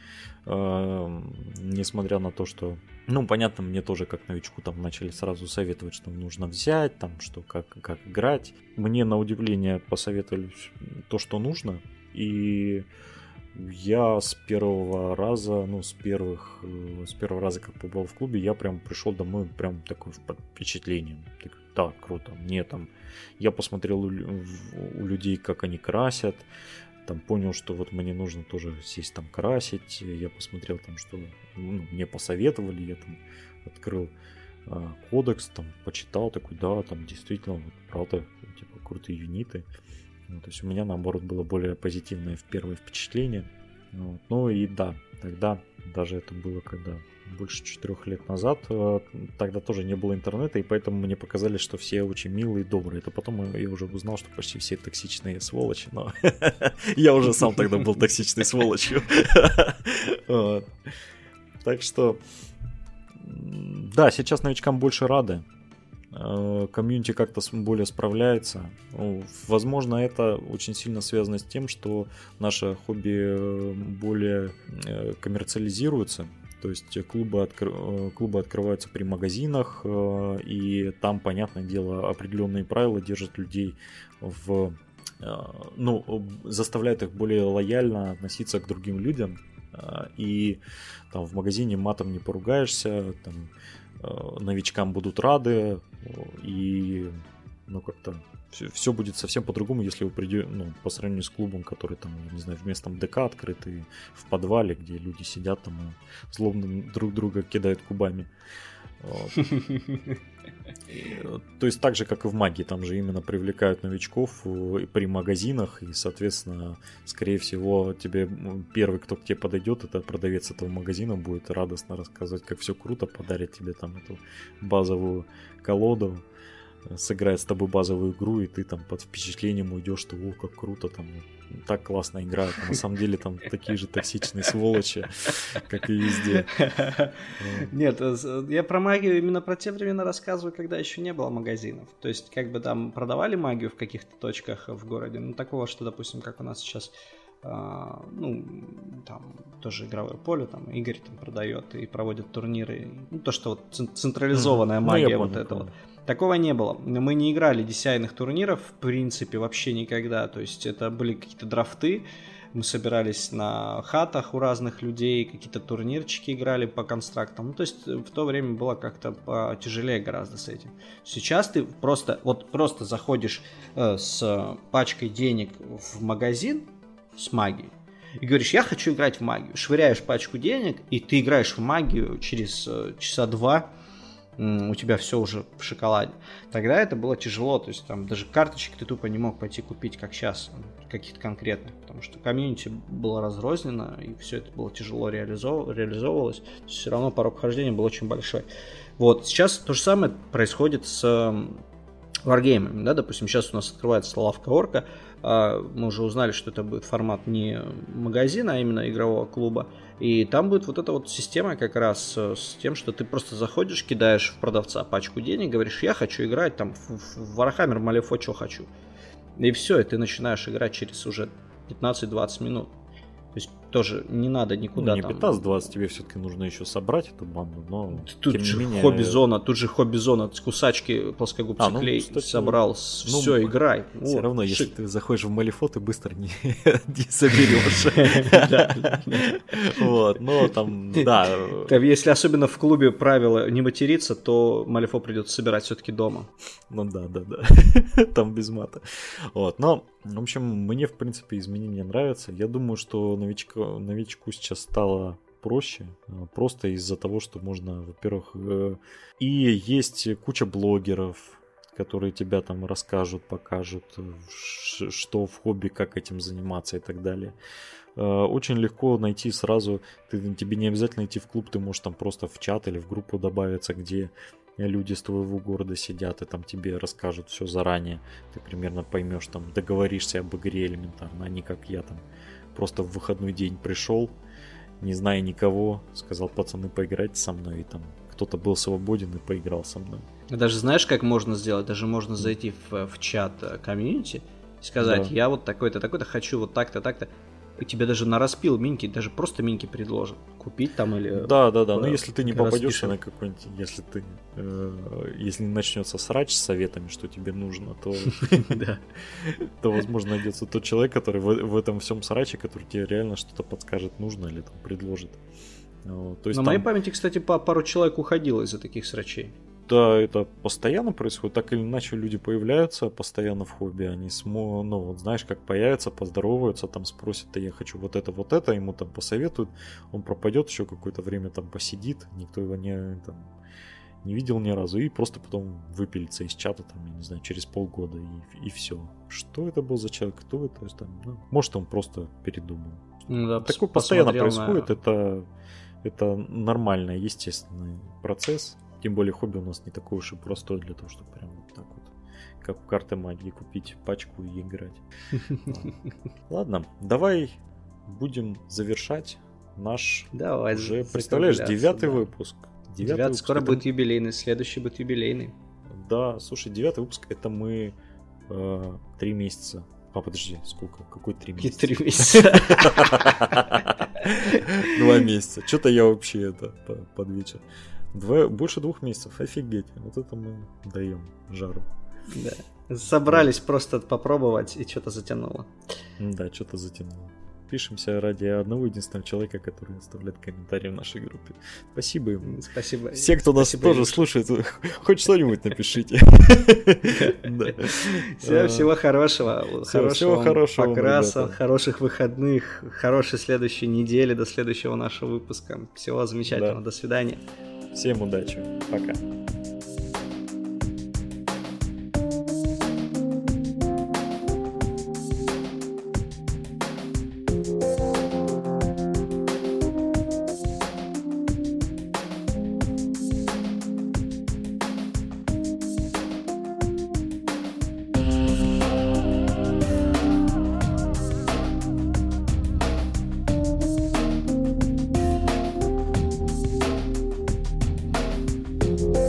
Несмотря на то, что... Ну, понятно, мне тоже как новичку там начали сразу советовать, что нужно взять, там, что как, как играть. Мне на удивление посоветовали то, что нужно. И я с первого раза, ну, с первых, с первого раза, как побывал в клубе, я прям пришел домой прям такой под впечатлением. Так, да, круто. Мне там... Я посмотрел у, у людей, как они красят. Там понял, что вот мне нужно тоже сесть там красить. Я посмотрел там, что ну, мне посоветовали. Я там открыл э, кодекс, там почитал, такой, да, там действительно, вот, правда, типа крутые юниты. Ну, то есть у меня, наоборот, было более позитивное в первое впечатление. Вот. Ну и да, тогда, даже это было когда больше четырех лет назад, тогда тоже не было интернета, и поэтому мне показали, что все очень милые и добрые. Это потом я уже узнал, что почти все токсичные сволочи, но я уже сам тогда был токсичной сволочью. Так что, да, сейчас новичкам больше рады. Комьюнити как-то более справляется. Возможно, это очень сильно связано с тем, что наше хобби более коммерциализируется. То есть клубы, откр... клубы открываются при магазинах, и там, понятное дело, определенные правила держат людей в... Ну, заставляют их более лояльно относиться к другим людям. И там в магазине матом не поругаешься, там новичкам будут рады, и ну как-то все, все будет совсем по-другому, если вы придете, ну, по сравнению с клубом, который там, не знаю, вместо ДК открытый в подвале, где люди сидят там и злобно друг друга кидают кубами. Вот. И, то есть так же, как и в магии, там же именно привлекают новичков при магазинах, и, соответственно, скорее всего, тебе первый, кто к тебе подойдет, это продавец этого магазина, будет радостно рассказывать, как все круто, подарит тебе там эту базовую колоду, сыграет с тобой базовую игру, и ты там под впечатлением уйдешь, что о, как круто, там так классно играют. А на самом деле там такие же токсичные сволочи, как и везде. Нет, я про магию именно про те времена рассказываю, когда еще не было магазинов. То есть как бы там продавали магию в каких-то точках в городе, ну такого, что, допустим, как у нас сейчас, ну, там тоже игровое поле, там Игорь там продает и проводит турниры. Ну, то, что вот централизованная магия, вот это вот. Такого не было. Мы не играли ди си ай-ных турниров, в принципе, вообще никогда. То есть это были какие-то драфты, мы собирались на хатах у разных людей, какие-то турнирчики играли по констрактам. Ну, то есть в то время было как-то потяжелее гораздо с этим. Сейчас ты просто, вот просто заходишь э, с пачкой денег в магазин с магией и говоришь, я хочу играть в магию. Швыряешь пачку денег, и ты играешь в магию через э, часа два. У тебя все уже в шоколаде. Тогда это было тяжело, то есть там даже карточек ты тупо не мог пойти купить, как сейчас, каких-то конкретных, потому что комьюнити было разрознено, и все это было тяжело реализов... реализовывалось, все равно порог вхождения был очень большой. Вот, сейчас то же самое происходит с варгеймами, да, допустим, сейчас у нас открывается лавка Орка, мы уже узнали, что это будет формат не магазина, а именно игрового клуба. И там будет вот эта вот система как раз с тем, что ты просто заходишь, кидаешь в продавца пачку денег, говоришь, я хочу играть там в Warhammer, Malifaux, что хочу. И все, и ты начинаешь играть через уже пятнадцать-двадцать минут. То есть тоже не надо никуда ну, не там... пятнадцать-двадцать, тебе все-таки нужно еще собрать эту банду, но... Тут тем же не менее... хобби-зона, тут же хобби-зона, кусачки, плоскогубцы, а, ну, клей, кстати, собрал, ну, все, играй. Все вот, равно, шик. если ты заходишь в Malifaux, ты быстро не, не соберешь. Вот, но там, да. Если особенно в клубе правило не материться, то Malifaux придется собирать все-таки дома. Ну да, да, да. Там без мата. Вот, но, в общем, мне, в принципе, изменения нравятся. Я думаю, что новичку, новичку сейчас стало проще, просто из-за того, что можно, во-первых, и есть куча блогеров, которые тебя там расскажут, покажут, что в хобби, как этим заниматься и так далее. Очень легко найти сразу, ты, тебе не обязательно идти в клуб, ты можешь там просто в чат или в группу добавиться, где люди с твоего города сидят, и там тебе расскажут все заранее. Ты примерно поймешь, там договоришься об игре элементарно, а не как я там просто в выходной день пришел, не зная никого, сказал: пацаны, поиграйте со мной, и там кто-то был свободен и поиграл со мной. Даже знаешь, как можно сделать? Даже можно зайти в, в чат комьюнити и сказать: да. Я вот такой-то, такой-то, хочу вот так-то, так-то. И тебе даже на распил миньки, даже просто миньки предложат купить там или... Да, да, да, но если ты не попадешь на какой-нибудь, если ты, э, если не начнется срач с советами, что тебе нужно, то, то возможно, найдется тот человек, который в этом всем сраче, который тебе реально что-то подскажет, нужно или там предложит. На моей памяти, кстати, пару человек уходило из-за таких срачей. Да, это постоянно происходит, так или иначе люди появляются постоянно в хобби, они смо... ну вот знаешь, как появятся, поздороваются, там спросят: да я хочу вот это, вот это, ему там посоветуют, он пропадет, еще какое-то время там посидит, никто его не, там, не видел ни разу, и просто потом выпилится из чата, там, я не знаю, через полгода, и, и все. Что это был за человек, кто это, то есть, там, ну, может, он просто передумал. Ну, да, такое постоянно происходит, на... это, это нормальный, естественный процесс. Тем более хобби у нас не такое уж и простое для того, чтобы прям вот так вот, как в карты магии, купить пачку и играть. Ладно, давай будем завершать наш уже, представляешь, девятый выпуск. Девятый, скоро будет юбилейный, следующий будет юбилейный. Да, слушай, девятый выпуск, это мы три месяца. А, подожди, сколько? Какой три месяца? Три месяца. Два месяца. Что-то я вообще это под вечер. Два, больше двух месяцев, офигеть, вот это мы даем жару. Да. Собрались да. просто попробовать, и что-то затянуло. Да, что-то затянуло. Пишемся ради одного единственного человека, который оставляет комментарии в нашей группе. Спасибо ему. Спасибо. Все, кто нас тоже слушает, хоть что-нибудь напишите. Всего хорошего. Всего хорошего. Покраса, хороших выходных, хорошей следующей недели до следующего нашего выпуска. Всего замечательного. До свидания. Всем удачи. Пока. you